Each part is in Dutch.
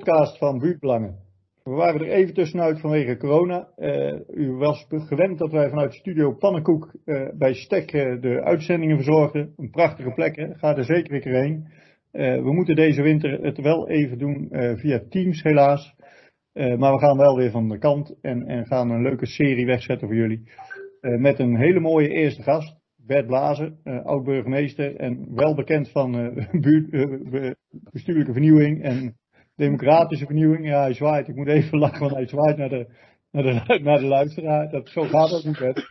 podcast van Buurtbelangen. We waren er even tussenuit vanwege corona. U was gewend dat wij vanuit Studio Pannenkoek bij Stek de uitzendingen verzorgden. Een prachtige plek, hè? Ga er zeker een keer heen. We moeten deze winter het wel even doen via Teams helaas. Maar we gaan wel weer van de kant en gaan een leuke serie wegzetten voor jullie. Met een hele mooie eerste gast. Bert Blazer, oud-burgemeester en wel bekend van bestuurlijke vernieuwing en democratische vernieuwing. Ja, hij zwaait. Ik moet even lachen, want hij zwaait naar de luisteraar. Zo gaat dat niet, Bert.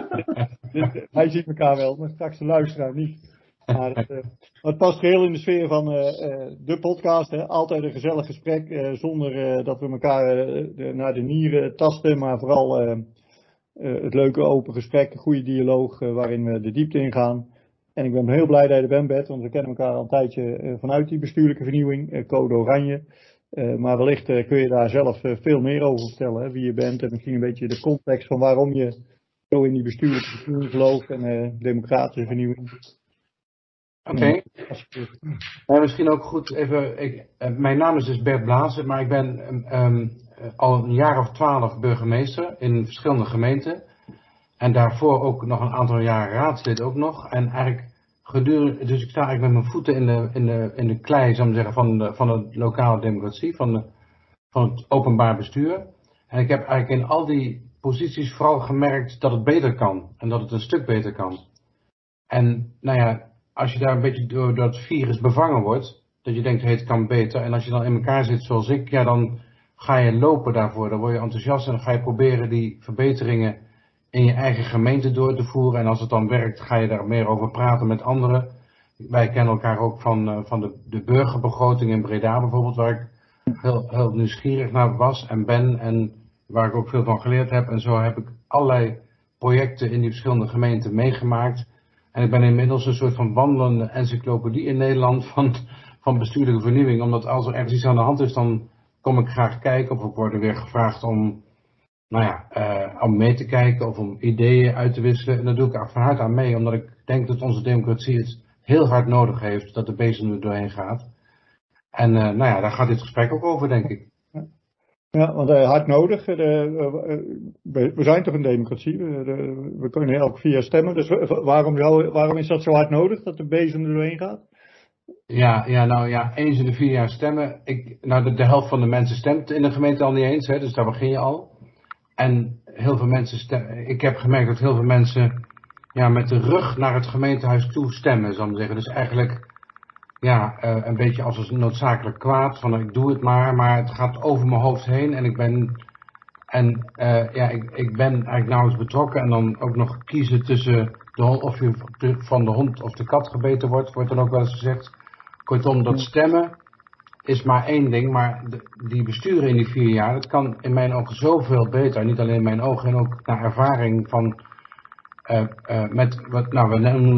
Hij ziet elkaar wel, maar straks de luisteraar niet. Maar het past geheel in de sfeer van de podcast. Hè. Altijd een gezellig gesprek, zonder dat we elkaar naar de nieren tasten, maar vooral het leuke open gesprek, een goede dialoog waarin we de diepte ingaan. En ik ben heel blij dat je er bent, Bert, want we kennen elkaar al een tijdje vanuit die bestuurlijke vernieuwing, Code Oranje. Maar wellicht kun je daar zelf veel meer over vertellen, hè, wie je bent en misschien een beetje de context van waarom je zo in die bestuurlijke vernieuwing gelooft en democratische vernieuwing. Oké. Misschien ook goed even, mijn naam is dus Bert Blazer, maar ik ben al een jaar of 12 burgemeester in verschillende gemeenten. En daarvoor ook nog een aantal jaar raadslid ook nog. En eigenlijk gedurende, dus ik sta eigenlijk met mijn voeten in de klei, zou ik zeggen, van de lokale democratie, van het openbaar bestuur. En ik heb eigenlijk in al die posities vooral gemerkt dat het beter kan. En dat het een stuk beter kan. En nou ja, als je daar een beetje door dat virus bevangen wordt, dat je denkt, hey, het kan beter. En als je dan in elkaar zit zoals ik, ja, dan ga je lopen daarvoor. Dan word je enthousiast en dan ga je proberen die verbeteringen in je eigen gemeente door te voeren. En als het dan werkt, ga je daar meer over praten met anderen. Wij kennen elkaar ook van de burgerbegroting in Breda bijvoorbeeld, waar ik heel nieuwsgierig naar was en ben. En waar ik ook veel van geleerd heb. En zo heb ik allerlei projecten in die verschillende gemeenten meegemaakt. En ik ben inmiddels een soort van wandelende encyclopedie in Nederland van bestuurlijke vernieuwing. Omdat als er ergens iets aan de hand is, dan kom ik graag kijken. Of ik word er weer gevraagd om, om mee te kijken of om ideeën uit te wisselen. En daar doe ik van harte aan mee. Omdat ik denk dat onze democratie het heel hard nodig heeft dat de bezem er doorheen gaat. En daar gaat dit gesprek ook over, denk ik. Ja, want hard nodig. We zijn toch een democratie? We kunnen elk via stemmen. Dus waarom is dat zo hard nodig dat de bezem er doorheen gaat? Ja, eens in de 4 jaar stemmen. De helft van de mensen stemt in de gemeente al niet eens, hè, dus daar begin je al. En heel veel mensen stemmen. Ik heb gemerkt dat heel veel mensen met de rug naar het gemeentehuis toe stemmen, zal ik maar zeggen. Dus eigenlijk een beetje als een noodzakelijk kwaad, van ik doe het maar het gaat over mijn hoofd heen en ik ben eigenlijk nauwelijks betrokken. En dan ook nog kiezen tussen of je van de hond of de kat gebeten wordt dan ook wel eens gezegd. Kortom, dat stemmen is maar één ding, maar die besturen in die 4 jaar, dat kan in mijn ogen zoveel beter. Niet alleen in mijn ogen, en ook naar ervaring van met wat we noemen.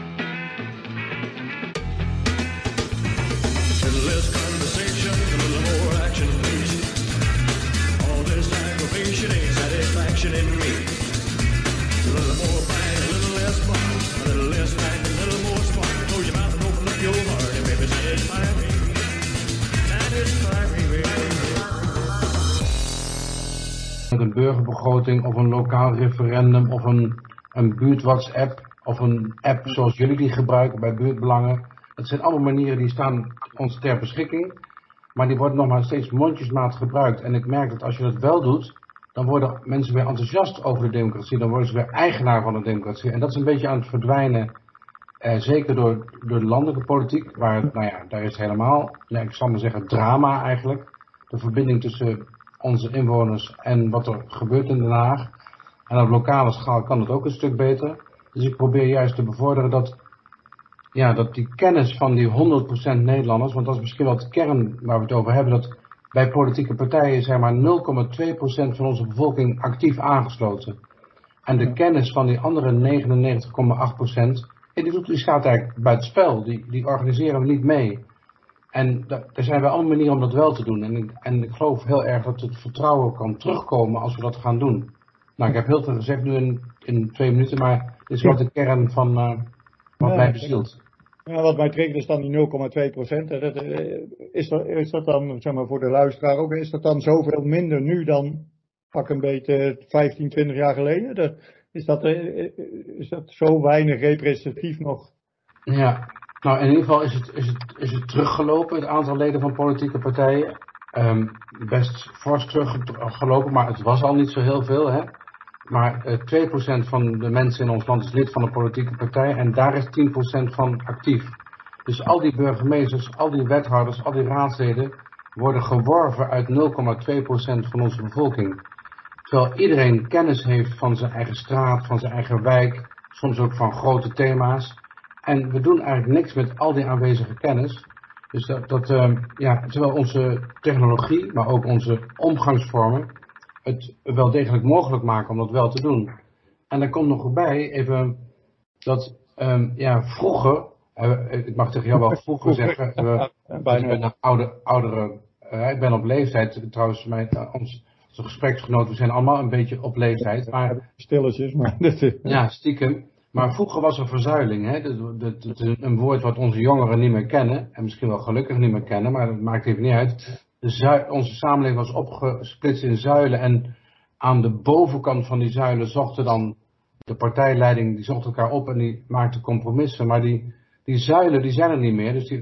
Met een burgerbegroting of een lokaal referendum of een buurt-WhatsApp of een app zoals jullie die gebruiken bij buurtbelangen. Dat zijn allemaal manieren die staan ons ter beschikking, maar die worden nog maar steeds mondjesmaat gebruikt. En ik merk dat als je dat wel doet, dan worden mensen weer enthousiast over de democratie, dan worden ze weer eigenaar van de democratie. En dat is een beetje aan het verdwijnen, zeker door de landelijke politiek, waar daar is helemaal, ik zal maar zeggen, drama eigenlijk. De verbinding tussen onze inwoners en wat er gebeurt in Den Haag. En op lokale schaal kan het ook een stuk beter. Dus ik probeer juist te bevorderen dat die kennis van die 100% Nederlanders, want dat is misschien wel de kern waar we het over hebben, dat bij politieke partijen zeg maar 0,2% van onze bevolking actief aangesloten. En de kennis van die andere 99,8%, die staat eigenlijk buitenspel. Die organiseren we niet mee. En er zijn wel allemaal manieren om dat wel te doen. En ik geloof heel erg dat het vertrouwen kan terugkomen als we dat gaan doen. Nou, ik heb heel veel gezegd nu in 2 minuten, maar dit is wel de kern van wat mij bezielt. Ja, wat mij triggert is dan die 0,2%. Is dat dan, zeg maar, voor de luisteraar ook, is dat dan zoveel minder nu dan pak een beetje 15, 20 jaar geleden? Is dat zo weinig representatief nog? Ja, nou in ieder geval is het teruggelopen, het aantal leden van politieke partijen. Best fors teruggelopen, maar het was al niet zo heel veel, hè. Maar 2% van de mensen in ons land is lid van een politieke partij en daar is 10% van actief. Dus al die burgemeesters, al die wethouders, al die raadsleden worden geworven uit 0,2% van onze bevolking. Terwijl iedereen kennis heeft van zijn eigen straat, van zijn eigen wijk, soms ook van grote thema's. En we doen eigenlijk niks met al die aanwezige kennis. Dus terwijl onze technologie, maar ook onze omgangsvormen het wel degelijk mogelijk maken om dat wel te doen. En daar komt nog bij, even, dat vroeger, ik mag tegen jou wel vroeger zeggen, ik ben een ik ben op leeftijd, trouwens, onze gespreksgenoten, we zijn allemaal een beetje op leeftijd. Maar, stilletjes, maar... Ja, stiekem. Maar vroeger was er verzuiling. Hè? Dat is een woord wat onze jongeren niet meer kennen. En misschien wel gelukkig niet meer kennen, maar dat maakt even niet uit. Onze samenleving was opgesplitst in zuilen. En aan de bovenkant van die zuilen zochten dan de partijleiding, die zocht elkaar op en die maakte compromissen. Maar die zuilen die zijn er niet meer. Dus het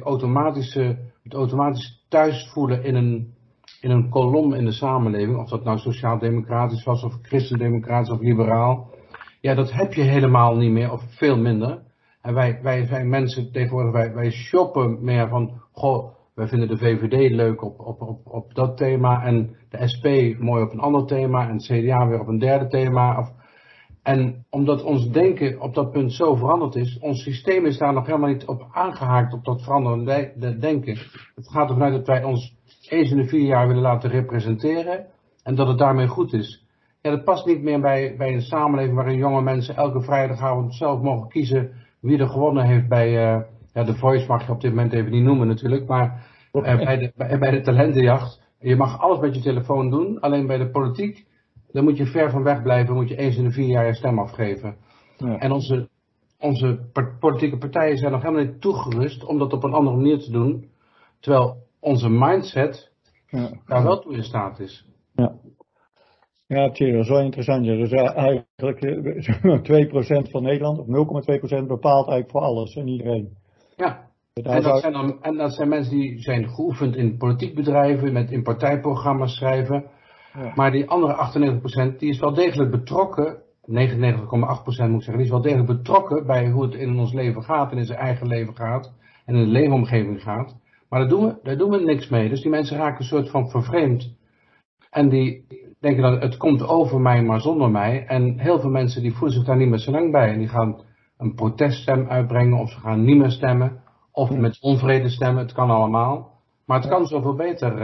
automatisch thuis voelen in een kolom in de samenleving. Of dat nou sociaal-democratisch was, of christendemocratisch of liberaal. Ja, dat heb je helemaal niet meer, of veel minder. En wij zijn mensen tegenwoordig, wij shoppen meer van, goh, wij vinden de VVD leuk op dat thema en de SP mooi op een ander thema en het CDA weer op een derde thema. En omdat ons denken op dat punt zo veranderd is, ons systeem is daar nog helemaal niet op aangehaakt op dat veranderende denken. Het gaat ervan uit dat wij ons eens in de 4 jaar willen laten representeren en dat het daarmee goed is. Ja, dat past niet meer bij een samenleving waarin jonge mensen elke vrijdagavond zelf mogen kiezen wie er gewonnen heeft bij, The Voice mag je op dit moment even niet noemen natuurlijk, maar bij de talentenjacht. Je mag alles met je telefoon doen, alleen bij de politiek, dan moet je ver van weg blijven, moet je eens in de 4 jaar je stem afgeven. Ja. En onze politieke partijen zijn nog helemaal niet toegerust om dat op een andere manier te doen, terwijl onze mindset daar wel toe in staat is. Ja. Ja, dat is wel interessant. Ja. Dus eigenlijk 2% van Nederland, of 0,2% bepaalt eigenlijk voor alles en iedereen. Ja, en dat zijn mensen die zijn geoefend in politiek bedrijven, in partijprogramma's schrijven. Ja. Maar die andere 98% die is wel degelijk betrokken, 99,8% moet ik zeggen, die is wel degelijk betrokken bij hoe het in ons leven gaat, en in zijn eigen leven gaat, en in de leefomgeving gaat. Maar daar doen we niks mee. Dus die mensen raken een soort van vervreemd. En die denken dat het komt over mij, maar zonder mij. En heel veel mensen die voelen zich daar niet meer zo lang bij. En die gaan een proteststem uitbrengen, of ze gaan niet meer stemmen. Of met onvrede stemmen, het kan allemaal. Maar het kan zoveel beter.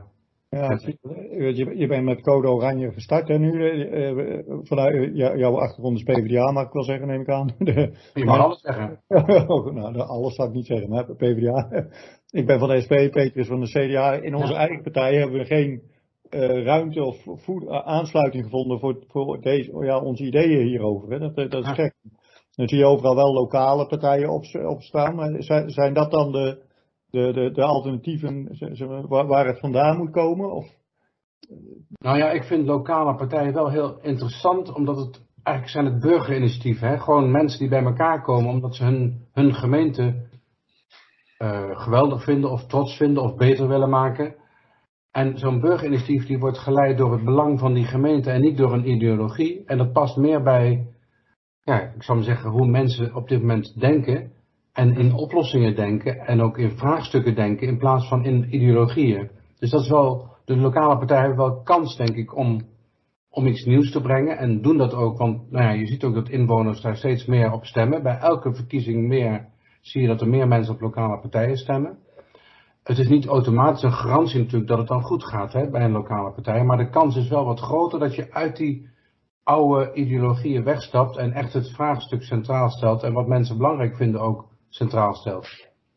Je bent met Code Oranje gestart en nu, vanuit jouw achtergrond is PvdA, mag ik wel zeggen, neem ik aan. Je mag alles zeggen. Nou, alles zou ik niet zeggen, maar PvdA. Ik ben van de SP, Peter is van de CDA. In onze eigen partij hebben we geen ruimte of aansluiting gevonden voor onze ideeën hierover. Hè. Dat is gek. Dan zie je overal wel lokale partijen opstaan, maar zijn dat dan de alternatieven waar het vandaan moet komen? Of? Nou ja, ik vind lokale partijen wel heel interessant, omdat het eigenlijk zijn het burgerinitiatieven. Hè? Gewoon mensen die bij elkaar komen omdat ze hun gemeente geweldig vinden of trots vinden of beter willen maken. En zo'n burgerinitiatief die wordt geleid door het belang van die gemeente en niet door een ideologie. En dat past meer bij, ik zou maar zeggen, hoe mensen op dit moment denken. En in oplossingen denken en ook in vraagstukken denken in plaats van in ideologieën. Dus dat is wel, de lokale partijen hebben wel kans denk ik om iets nieuws te brengen. En doen dat ook, want je ziet ook dat inwoners daar steeds meer op stemmen. Bij elke verkiezing zie je dat er meer mensen op lokale partijen stemmen. Het is niet automatisch een garantie natuurlijk dat het dan goed gaat bij een lokale partij. Maar de kans is wel wat groter dat je uit die oude ideologieën wegstapt en echt het vraagstuk centraal stelt. En wat mensen belangrijk vinden ook centraal stelt.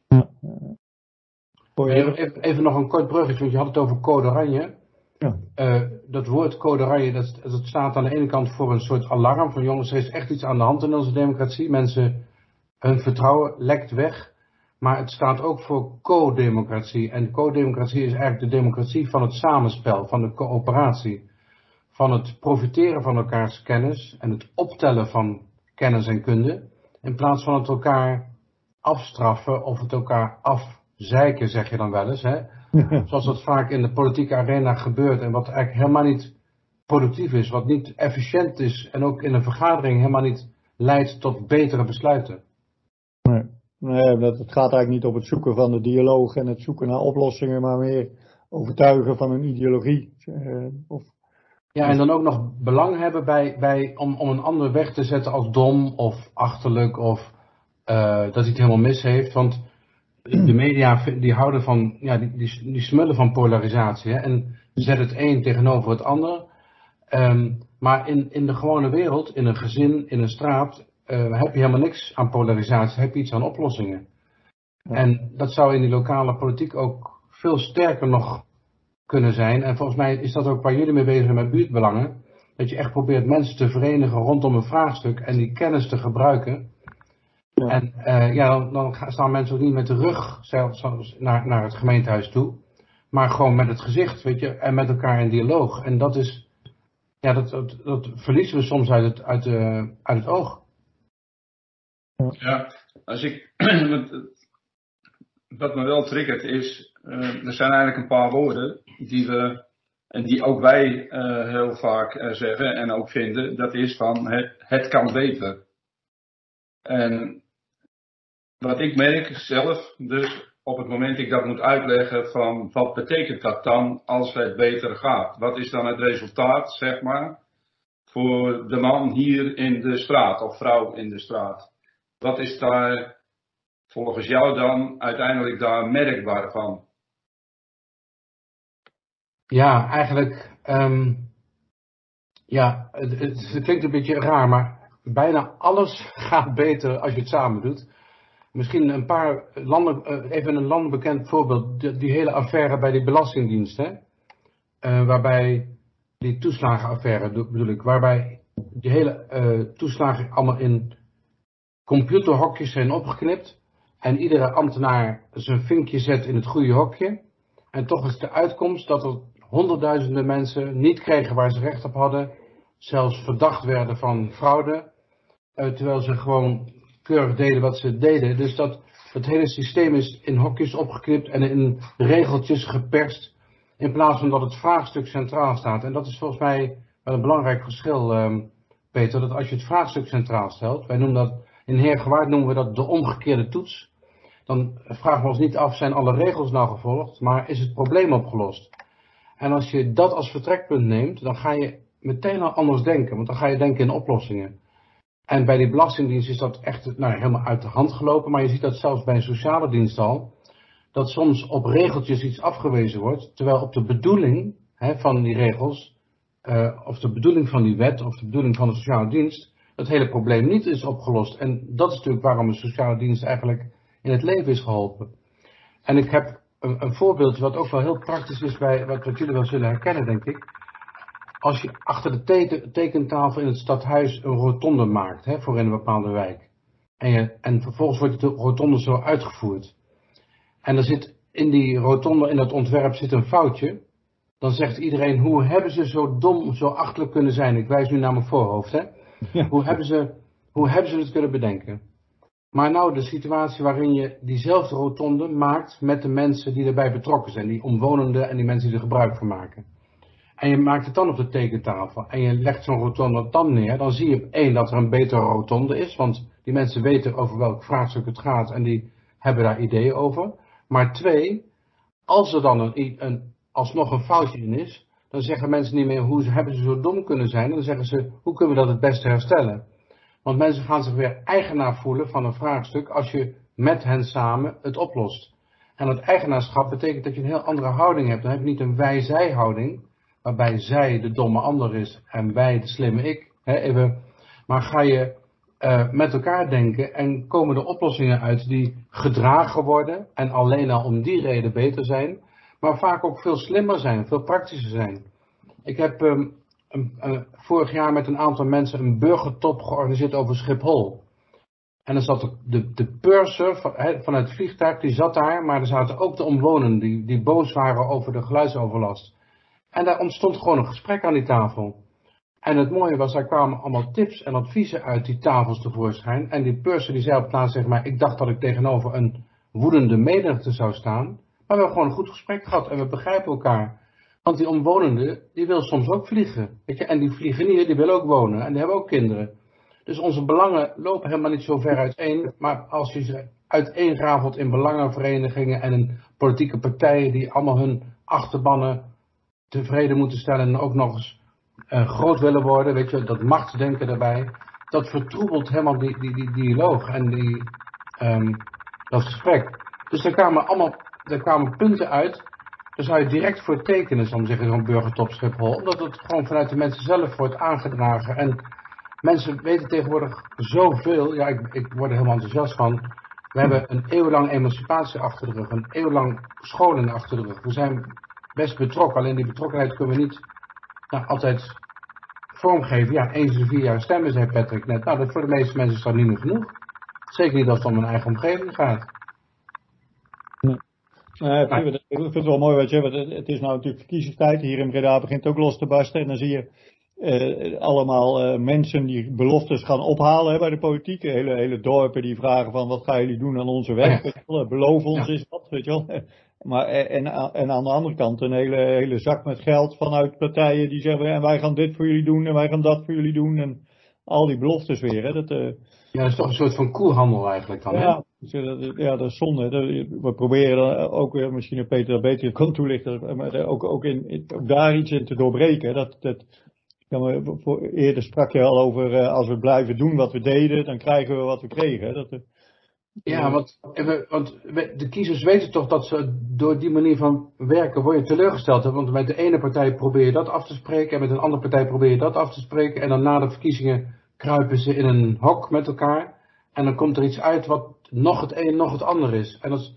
Even nog een kort bruggetje, want je had het over Code Oranje. Ja. Dat woord Code Oranje, dat staat aan de ene kant voor een soort alarm van jongens, er is echt iets aan de hand in onze democratie. Mensen, hun vertrouwen lekt weg. Maar het staat ook voor co-democratie. En co-democratie is eigenlijk de democratie van het samenspel, van de coöperatie. Van het profiteren van elkaars kennis en het optellen van kennis en kunde. In plaats van het elkaar afstraffen of het elkaar afzeiken, zeg je dan wel eens. Hè? Zoals dat vaak in de politieke arena gebeurt en wat eigenlijk helemaal niet productief is, wat niet efficiënt is en ook in een vergadering helemaal niet leidt tot betere besluiten. Nee, het gaat eigenlijk niet op het zoeken van de dialoog en het zoeken naar oplossingen, maar meer overtuigen van een ideologie. Ja, en dan ook nog belang hebben om een ander weg te zetten als dom of achterlijk of dat hij het helemaal mis heeft. Want de media die houden van, ja, die smullen van polarisatie. Hè? En zet het een tegenover het ander. Maar in de gewone wereld, in een gezin, in een straat, heb je helemaal niks aan polarisatie. Heb je iets aan oplossingen. Ja. En dat zou in die lokale politiek ook veel sterker nog kunnen zijn. En volgens mij is dat ook waar jullie mee bezig zijn met buurtbelangen. Dat je echt probeert mensen te verenigen rondom een vraagstuk en die kennis te gebruiken. Ja. En dan staan mensen ook niet met de rug zelfs naar het gemeentehuis toe. Maar gewoon met het gezicht, weet je, en met elkaar in dialoog. En dat is, ja, dat verliezen we soms uit het oog. Ja, wat me wel triggert is, er zijn eigenlijk een paar woorden die ook wij heel vaak zeggen en ook vinden. Dat is van het kan beter. En wat ik merk zelf, dus op het moment ik dat moet uitleggen van wat betekent dat dan als het beter gaat? Wat is dan het resultaat, zeg maar, voor de man hier in de straat of vrouw in de straat? Wat is daar volgens jou dan uiteindelijk daar merkbaar van? Ja, eigenlijk, het klinkt een beetje raar, maar bijna alles gaat beter als je het samen doet. Misschien een paar landen, even een landbekend voorbeeld, die hele affaire bij die Belastingdienst, hè? Waarbij die toeslagenaffaire bedoel ik, waarbij die hele toeslagen allemaal in computerhokjes zijn opgeknipt en iedere ambtenaar zijn vinkje zet in het goede hokje. En toch is de uitkomst dat er honderdduizenden mensen niet kregen waar ze recht op hadden, zelfs verdacht werden van fraude, terwijl ze gewoon keurig deden wat ze deden. Dus dat hele systeem is in hokjes opgeknipt en in regeltjes geperst, in plaats van dat het vraagstuk centraal staat. En dat is volgens mij wel een belangrijk verschil, Peter, dat als je het vraagstuk centraal stelt, wij noemen dat, in Heergewaard noemen we dat de omgekeerde toets, dan vragen we ons niet af, zijn alle regels nou gevolgd, maar is het probleem opgelost? En als je dat als vertrekpunt neemt, dan ga je meteen al anders denken, want dan ga je denken in oplossingen. En bij die Belastingdienst is dat echt helemaal uit de hand gelopen, maar je ziet dat zelfs bij een sociale dienst al, dat soms op regeltjes iets afgewezen wordt, terwijl op de bedoeling van die regels, of de bedoeling van die wet, of de bedoeling van de sociale dienst, het hele probleem niet is opgelost. En dat is natuurlijk waarom een sociale dienst eigenlijk in het leven is geholpen. En ik heb een voorbeeldje wat ook wel heel praktisch is bij wat jullie wel zullen herkennen, denk ik. Als je achter de tekentafel in het stadhuis een rotonde maakt, voor in een bepaalde wijk. En vervolgens wordt de rotonde zo uitgevoerd. En er zit in die rotonde, in dat ontwerp, zit een foutje. Dan zegt iedereen, hoe hebben ze zo dom, zo achterlijk kunnen zijn? Ik wijs nu naar mijn voorhoofd, hè. Ja. Hoe hebben ze het kunnen bedenken? Maar nou de situatie waarin je diezelfde rotonde maakt met de mensen die erbij betrokken zijn. Die omwonenden en die mensen die er gebruik van maken. En je maakt het dan op de tekentafel. En je legt zo'n rotonde dan neer. Dan zie je één dat er een betere rotonde is. Want die mensen weten over welk vraagstuk het gaat. En die hebben daar ideeën over. Maar twee, als er dan alsnog een foutje in is. Dan zeggen mensen niet meer hoe hebben ze zo dom kunnen zijn. Dan zeggen ze hoe kunnen we dat het beste herstellen. Want mensen gaan zich weer eigenaar voelen van een vraagstuk als je met hen samen het oplost. En dat eigenaarschap betekent dat je een heel andere houding hebt. Dan heb je niet een wij-zij houding, waarbij zij de domme ander is en wij de slimme ik. Maar ga je met elkaar denken en komen er oplossingen uit die gedragen worden en alleen al om die reden beter zijn, maar vaak ook veel slimmer zijn, veel praktischer zijn. Ik heb vorig jaar met een aantal mensen een burgertop georganiseerd over Schiphol. En dan zat de purser van het vliegtuig, die zat daar, maar er zaten ook de omwonenden die boos waren over de geluidsoverlast. En daar ontstond gewoon een gesprek aan die tafel. En het mooie was, daar kwamen allemaal tips en adviezen uit die tafels tevoorschijn. En die purser die zei op het laatst, zeg maar, ik dacht dat ik tegenover een woedende menigte zou staan. Maar we hebben gewoon een goed gesprek gehad en we begrijpen elkaar. Want die omwonenden, die wil soms ook vliegen. Weet je? En die vliegenier, die wil ook wonen en die hebben ook kinderen. Dus onze belangen lopen helemaal niet zo ver uiteen. Maar als je ze uiteenrafelt in belangenverenigingen en in politieke partijen die allemaal hun achterbannen tevreden moeten stellen en ook nog eens groot willen worden, weet je, dat machtsdenken daarbij, dat vertroebelt helemaal die dialoog en dat gesprek. Dus er kwamen punten uit, daar zou je direct voor tekenen, zal ik zeggen, zo'n burgertop Schiphol, omdat het gewoon vanuit de mensen zelf wordt aangedragen. En mensen weten tegenwoordig zoveel, ja, ik word er helemaal enthousiast van. We hebben een eeuwenlang emancipatie achter de rug, een eeuwenlang scholen achter de rug. We zijn best betrokken, alleen die betrokkenheid kunnen we niet altijd vormgeven. Ja, eens in de 4 jaar stemmen, zei Patrick net. Nou, dat voor de meeste mensen is dat niet meer genoeg. Zeker niet als het om hun eigen omgeving gaat. Ik vind het wel mooi wat je, want het is nou natuurlijk verkiezingstijd. Hier in Breda begint het ook los te barsten. En dan zie je allemaal mensen die beloftes gaan ophalen bij de politiek. Hele dorpen die vragen van wat gaan jullie doen aan onze weg? Ja. Beloof ons is wat, weet je wel. Maar, en aan de andere kant een hele zak met geld vanuit partijen die zeggen en wij gaan dit voor jullie doen en wij gaan dat voor jullie doen. En al die beloftes weer. Hè, ja, dat is toch een soort van koehandel eigenlijk dan, ja, hè? Ja, dat is zonde. We proberen dan ook weer, misschien Peter dat beter kan toelichten, maar ook daar iets in te doorbreken. Eerder sprak je al over, als we blijven doen wat we deden, dan krijgen we wat we kregen. Ja, want de kiezers weten toch dat ze door die manier van werken word je teleurgesteld. Hè? Want met de ene partij probeer je dat af te spreken en met een andere partij probeer je dat af te spreken. En dan na de verkiezingen kruipen ze in een hok met elkaar. En dan komt er iets uit wat nog het een, nog het ander is. En dat is,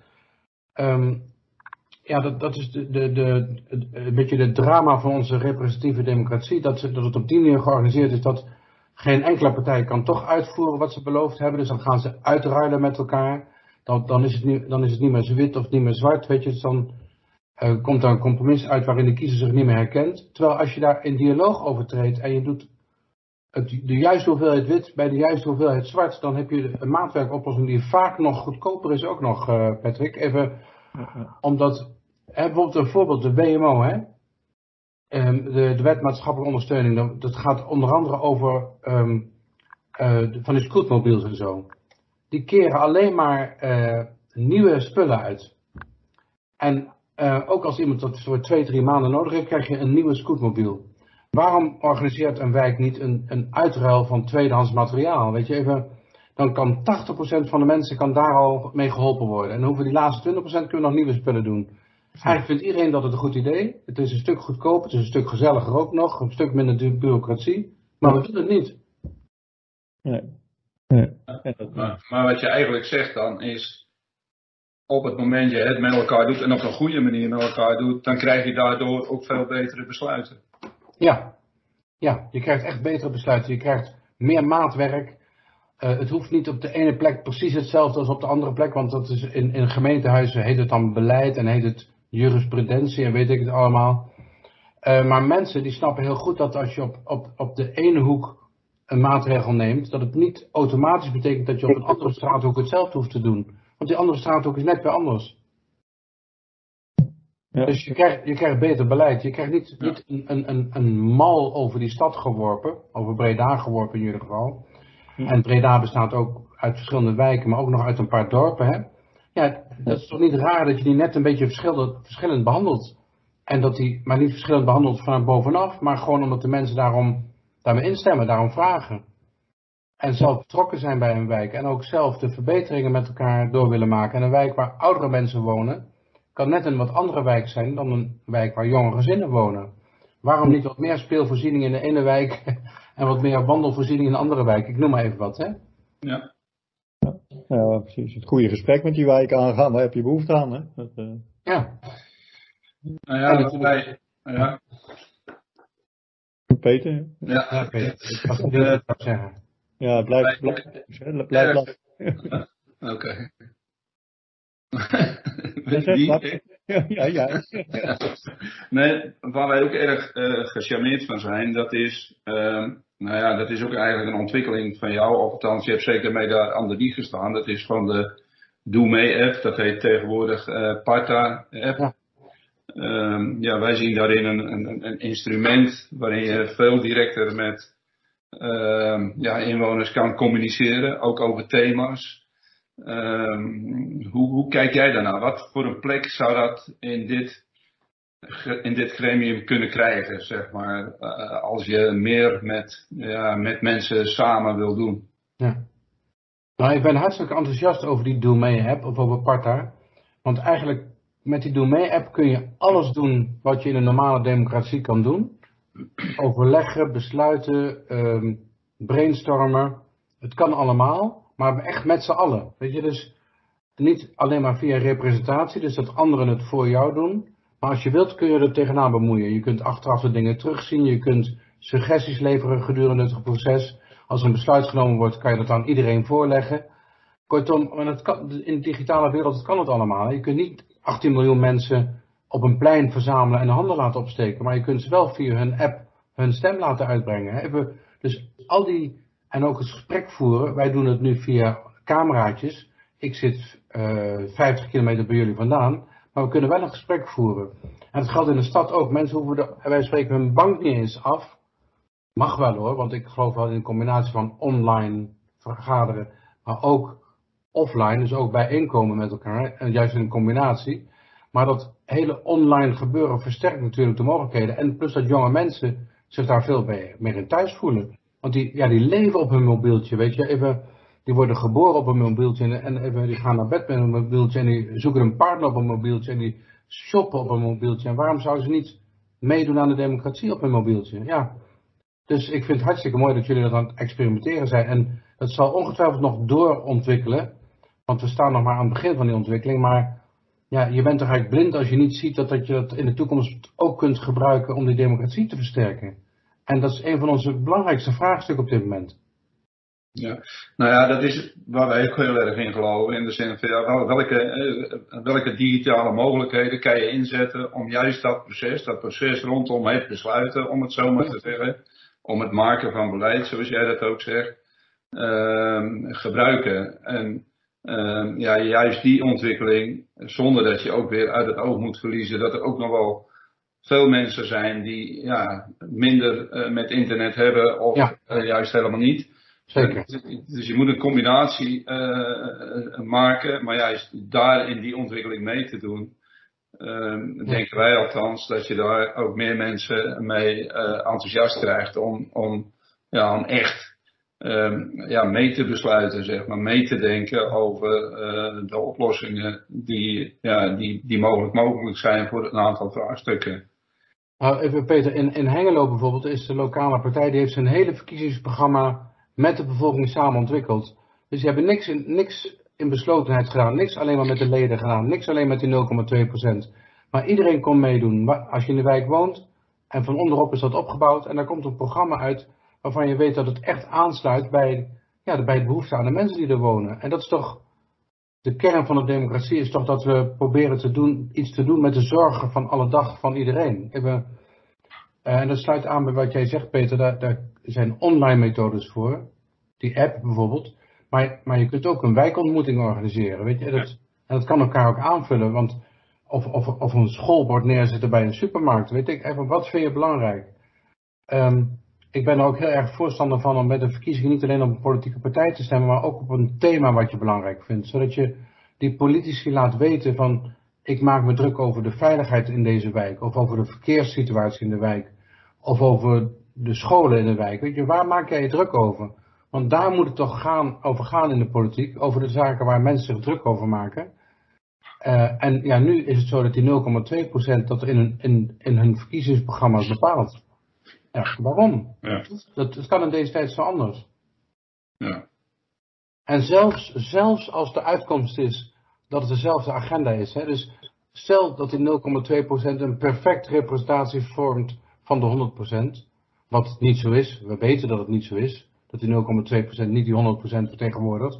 dat is een beetje de drama van onze representatieve democratie. Dat het op die manier georganiseerd is dat geen enkele partij kan toch uitvoeren wat ze beloofd hebben. Dus dan gaan ze uitruilen met elkaar. Dan is het niet meer wit of niet meer zwart. Weet je. Dus dan komt er een compromis uit waarin de kiezer zich niet meer herkent. Terwijl als je daar in dialoog over treedt en je doet de juiste hoeveelheid wit bij de juiste hoeveelheid zwart, dan heb je een maatwerkoplossing die vaak nog goedkoper is ook nog, Patrick. Even, omdat, bijvoorbeeld een voorbeeld, de WMO, hè. De wet maatschappelijke ondersteuning, dat gaat onder andere over van die scootmobiels en zo. Die keren alleen maar nieuwe spullen uit. En ook als iemand dat voor 2-3 maanden nodig heeft, krijg je een nieuwe scootmobiel. Waarom organiseert een wijk niet een uitruil van tweedehands materiaal? Weet je, even, dan kan 80% van de mensen kan daar al mee geholpen worden. En dan hoeven die laatste 20% kunnen nog nieuwe spullen doen. Eigenlijk vindt iedereen dat het een goed idee. Het is een stuk goedkoper, het is een stuk gezelliger ook nog, een stuk minder bureaucratie. Maar we doen het niet. Nee. Maar wat je eigenlijk zegt dan is, op het moment je het met elkaar doet en op een goede manier met elkaar doet, dan krijg je daardoor ook veel betere besluiten. Ja, je krijgt echt betere besluiten. Je krijgt meer maatwerk. Het hoeft niet op de ene plek precies hetzelfde als op de andere plek. Want dat is in gemeentehuizen heet het dan beleid en heet het jurisprudentie en weet ik het allemaal. Maar mensen die snappen heel goed dat als je op de ene hoek een maatregel neemt, dat het niet automatisch betekent dat je op een andere straathoek hetzelfde hoeft te doen. Want die andere straathoek is net weer anders. Ja. Dus je krijgt beter beleid. Je krijgt niet een mal over die stad geworpen, over Breda geworpen in ieder geval. En Breda bestaat ook uit verschillende wijken, maar ook nog uit een paar dorpen. Hè? Ja, dat is toch niet raar dat je die net een beetje verschillend behandelt. En dat die, maar niet verschillend behandelt van bovenaf, maar gewoon omdat de mensen daarmee instemmen, daarom vragen. En zelf betrokken zijn bij een wijk en ook zelf de verbeteringen met elkaar door willen maken. En een wijk waar oudere mensen wonen, kan net een wat andere wijk zijn dan een wijk waar jonge gezinnen wonen. Waarom niet wat meer speelvoorziening in de ene wijk en wat meer wandelvoorziening in de andere wijk? Ik noem maar even wat, hè? Ja. Ja, precies. Het goede gesprek met die wijk aangaan, daar heb je behoefte aan, hè? Ja. Nou ja, ja. Peter? Ja, Peter. Ik was niet zeggen. Ja, blijf Oké. Ja. Nee, waar wij ook erg gecharmeerd van zijn, dat is, dat is ook eigenlijk een ontwikkeling van jou, of althans, je hebt zeker mee daar aan de wieg gestaan. Dat is van de Doe Mee app, dat heet tegenwoordig Parta app. Ja. Wij zien daarin een instrument waarin je veel directer met inwoners kan communiceren, ook over thema's. Hoe kijk jij daarnaar? Wat voor een plek zou dat in dit gremium kunnen krijgen, zeg maar, als je meer met mensen samen wil doen? Ja. Nou, ik ben hartstikke enthousiast over die Doe Mee app of over Parta. Want eigenlijk met die Doe Mee app kun je alles doen wat je in een normale democratie kan doen. Overleggen, besluiten, brainstormen. Het kan allemaal. Maar echt met z'n allen. Weet je, dus niet alleen maar via representatie, dus dat anderen het voor jou doen. Maar als je wilt kun je er tegenaan bemoeien. Je kunt achteraf de dingen terugzien. Je kunt suggesties leveren gedurende het proces. Als er een besluit genomen wordt, kan je dat aan iedereen voorleggen. Kortom, in de digitale wereld kan het allemaal. Je kunt niet 18 miljoen mensen op een plein verzamelen en handen laten opsteken. Maar je kunt ze wel via hun app hun stem laten uitbrengen. Dus al die... En ook het gesprek voeren. Wij doen het nu via cameraatjes. Ik zit 50 kilometer bij jullie vandaan. Maar we kunnen wel een gesprek voeren. En dat geldt in de stad ook. Mensen hoeven wij spreken hun bank niet eens af. Mag wel hoor. Want ik geloof wel in een combinatie van online vergaderen. Maar ook offline. Dus ook bijeenkomen met elkaar. En juist in een combinatie. Maar dat hele online gebeuren versterkt natuurlijk de mogelijkheden. En plus dat jonge mensen zich daar veel meer in thuis voelen. Want die leven op hun mobieltje, weet je. Die worden geboren op een mobieltje en die gaan naar bed met een mobieltje. En die zoeken een partner op een mobieltje en die shoppen op een mobieltje. En waarom zouden ze niet meedoen aan de democratie op een mobieltje? Ja. Dus ik vind het hartstikke mooi dat jullie dat aan het experimenteren zijn. En dat zal ongetwijfeld nog doorontwikkelen. Want we staan nog maar aan het begin van die ontwikkeling. Maar ja, je bent toch eigenlijk blind als je niet ziet dat je dat in de toekomst ook kunt gebruiken om die democratie te versterken. En dat is een van onze belangrijkste vraagstukken op dit moment. Ja, nou ja, dat is waar wij ook heel erg in geloven. In de zin van welke digitale mogelijkheden kan je inzetten om juist dat proces rondom het besluiten, om het zo maar te zeggen, om het maken van beleid, zoals jij dat ook zegt, gebruiken. En juist die ontwikkeling, zonder dat je ook weer uit het oog moet verliezen dat er ook nog wel veel mensen zijn die minder met internet hebben of juist helemaal niet. Zeker. Dus je moet een combinatie maken, maar juist daar in die ontwikkeling mee te doen. Denken wij althans dat je daar ook meer mensen mee enthousiast krijgt om echt mee te besluiten, zeg maar, mee te denken over de oplossingen die mogelijk zijn voor een aantal vraagstukken. Nou, even Peter, in Hengelo bijvoorbeeld is de lokale partij, die heeft zijn hele verkiezingsprogramma met de bevolking samen ontwikkeld. Dus die hebben niks in beslotenheid gedaan, niks alleen maar met de leden gedaan, niks alleen met die 0,2%. Maar iedereen kon meedoen. Als je in de wijk woont en van onderop is dat opgebouwd en daar komt een programma uit waarvan je weet dat het echt aansluit bij de behoefte aan de mensen die er wonen. En dat is toch, de kern van de democratie is toch dat we proberen iets te doen met de zorgen van alle dag van iedereen. En dat sluit aan bij wat jij zegt, Peter, daar zijn online methodes voor. Die app bijvoorbeeld. Maar je kunt ook een wijkontmoeting organiseren, weet je. En dat kan elkaar ook aanvullen, want of een schoolbord neerzetten bij een supermarkt, weet ik. Even, wat vind je belangrijk? Ik ben er ook heel erg voorstander van om met een verkiezing niet alleen op een politieke partij te stemmen, maar ook op een thema wat je belangrijk vindt. Zodat je die politici laat weten van, ik maak me druk over de veiligheid in deze wijk, of over de verkeerssituatie in de wijk, of over de scholen in de wijk. Weet je, waar maak jij je druk over? Want daar moet het toch over gaan in de politiek, over de zaken waar mensen zich druk over maken. En nu is het zo dat die 0,2% dat er in hun verkiezingsprogramma's bepaalt. Ja, waarom? Ja. Dat kan in deze tijd zo anders. Ja. En zelfs als de uitkomst is dat het dezelfde agenda is. Hè, dus stel dat die 0,2% een perfect representatie vormt van de 100%. Wat niet zo is. We weten dat het niet zo is. Dat die 0,2% niet die 100% vertegenwoordigt.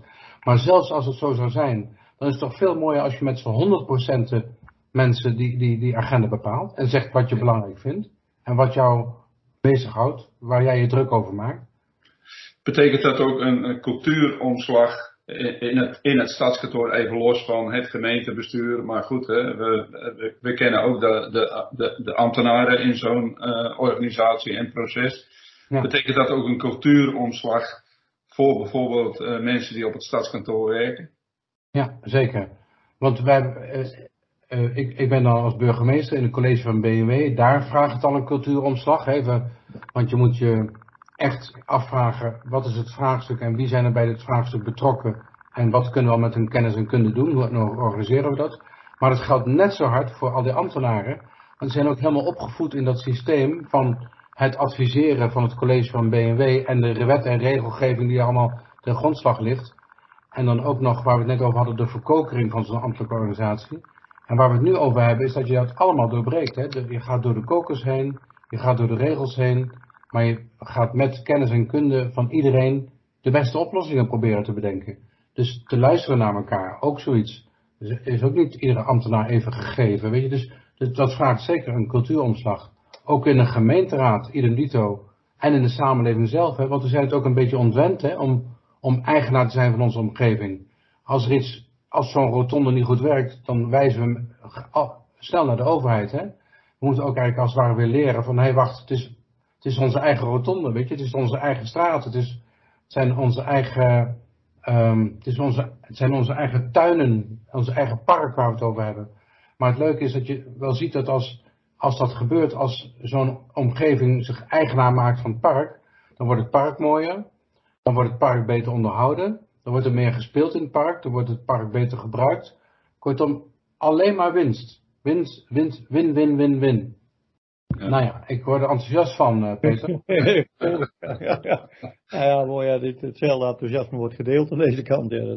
Maar zelfs als het zo zou zijn, dan is het toch veel mooier als je met z'n 100% mensen die agenda bepaalt. En zegt wat je belangrijk vindt. En wat jou bezighoudt, waar jij je druk over maakt. Betekent dat ook een cultuuromslag in het stadskantoor, even los van het gemeentebestuur? Maar goed, hè, we kennen ook de ambtenaren in zo'n organisatie en proces. Ja. Betekent dat ook een cultuuromslag voor bijvoorbeeld mensen die op het stadskantoor werken? Ja, zeker. Want ik ben dan als burgemeester in het college van BMW. Daar vraagt het al een cultuuromslag. Even, want je moet je echt afvragen, wat is het vraagstuk en wie zijn er bij dit vraagstuk betrokken? En wat kunnen we al met hun kennis en kunde doen? Hoe organiseren we dat? Maar dat geldt net zo hard voor al die ambtenaren. Want ze zijn ook helemaal opgevoed in dat systeem van het adviseren van het college van BMW en de wet en regelgeving die allemaal ten grondslag ligt. En dan ook nog, waar we het net over hadden, de verkokering van zo'n ambtelijke organisatie. En waar we het nu over hebben, is dat je dat allemaal doorbreekt. Hè? Je gaat door de kokers heen, je gaat door de regels heen, maar je gaat met kennis en kunde van iedereen de beste oplossingen proberen te bedenken. Dus te luisteren naar elkaar, ook zoiets. Dus is ook niet iedere ambtenaar even gegeven, weet je. Dus dat vraagt zeker een cultuuromslag. Ook in de gemeenteraad, idem dito, en in de samenleving zelf. Hè? Want we zijn het ook een beetje ontwend, hè, om eigenaar te zijn van onze omgeving. Als zo'n rotonde niet goed werkt, dan wijzen we snel naar de overheid. Hè? We moeten ook eigenlijk als het ware weer leren van, hé, wacht, het is onze eigen rotonde, weet je. Het is onze eigen straat, het zijn onze eigen tuinen, onze eigen park waar we het over hebben. Maar het leuke is dat je wel ziet dat als dat gebeurt, als zo'n omgeving zich eigenaar maakt van het park, dan wordt het park mooier. Dan wordt het park beter onderhouden. Dan wordt er meer gespeeld in het park. Dan wordt het park beter gebruikt. Kortom, alleen maar winst. Winst, win, win, win, win. Ja. Nou ja, ik word er enthousiast van, Peter. Ja, mooi. Ja, hetzelfde enthousiasme wordt gedeeld aan deze kant. Ja,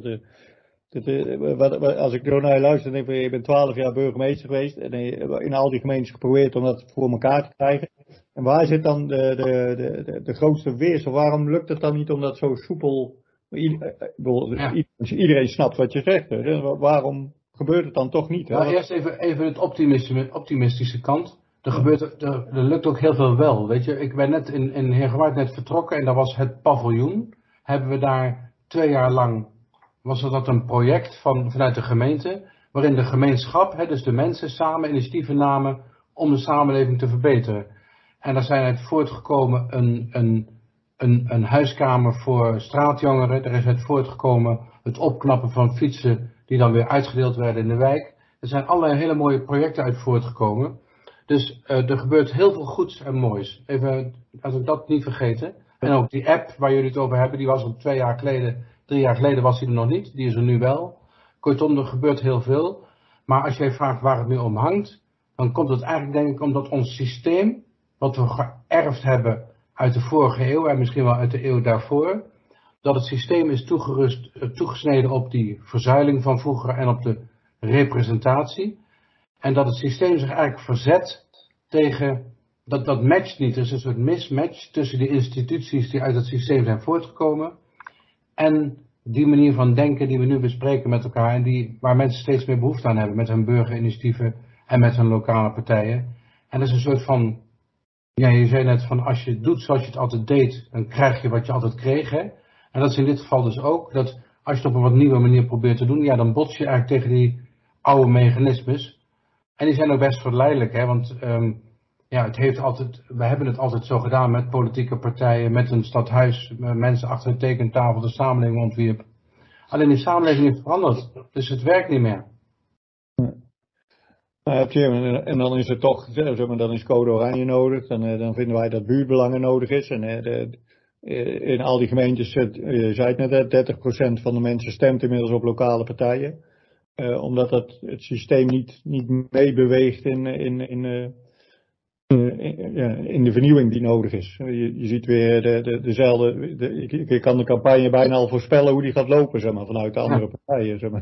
als ik er naar luister, denk ik, je bent 12 jaar burgemeester geweest. En in al die gemeentes geprobeerd om dat voor elkaar te krijgen. En waar zit dan de grootste weerstand? Waarom lukt het dan niet om dat zo soepel... Iedereen snapt wat je zegt. Hè? Waarom gebeurt het dan toch niet? Nou, eerst even het optimistische kant. Er lukt ook heel veel wel. Weet je, ik ben net in Heergewaard net vertrokken en daar was het paviljoen. Hebben we daar 2 jaar lang, was dat een project vanuit de gemeente, waarin de gemeenschap, dus de mensen samen initiatieven namen om de samenleving te verbeteren. En daar zijn uit voortgekomen een huiskamer voor straatjongeren. Er is uit voortgekomen het opknappen van fietsen die dan weer uitgedeeld werden in de wijk. Er zijn allerlei hele mooie projecten uit voortgekomen. Dus er gebeurt heel veel goeds en moois. Even, als ik dat niet vergeten. En ook die app waar jullie het over hebben, die was al 3 jaar geleden was die er nog niet. Die is er nu wel. Kortom, er gebeurt heel veel. Maar als jij vraagt waar het nu om hangt, dan komt het eigenlijk denk ik omdat ons systeem, wat we geërfd hebben uit de vorige eeuw en misschien wel uit de eeuw daarvoor, dat het systeem is toegesneden op die verzuiling van vroeger en op de representatie. En dat het systeem zich eigenlijk verzet tegen, dat matcht niet. Er is een soort mismatch tussen de instituties die uit het systeem zijn voortgekomen en die manier van denken die we nu bespreken met elkaar en waar mensen steeds meer behoefte aan hebben met hun burgerinitiatieven en met hun lokale partijen. En dat is een soort van, ja, je zei net van als je het doet zoals je het altijd deed, dan krijg je wat je altijd kreeg. Hè? En dat is in dit geval dus ook, dat als je het op een wat nieuwe manier probeert te doen, ja, dan bots je eigenlijk tegen die oude mechanismes. En die zijn ook best verleidelijk, hè? Want we hebben het altijd zo gedaan met politieke partijen, met een stadhuis, mensen achter de tekentafel, de samenleving ontwierp. Alleen die samenleving is veranderd, dus het werkt niet meer. En dan is het toch, dan is code oranje nodig, dan vinden wij dat buurtbelangen nodig is. En in al die gemeentes, je zei het net, 30% van de mensen stemt inmiddels op lokale partijen. Omdat het systeem niet meebeweegt in de vernieuwing die nodig is. Je ziet weer dezelfde, je kan de campagne bijna al voorspellen hoe die gaat lopen, zeg maar, vanuit de andere partijen. Zeg maar.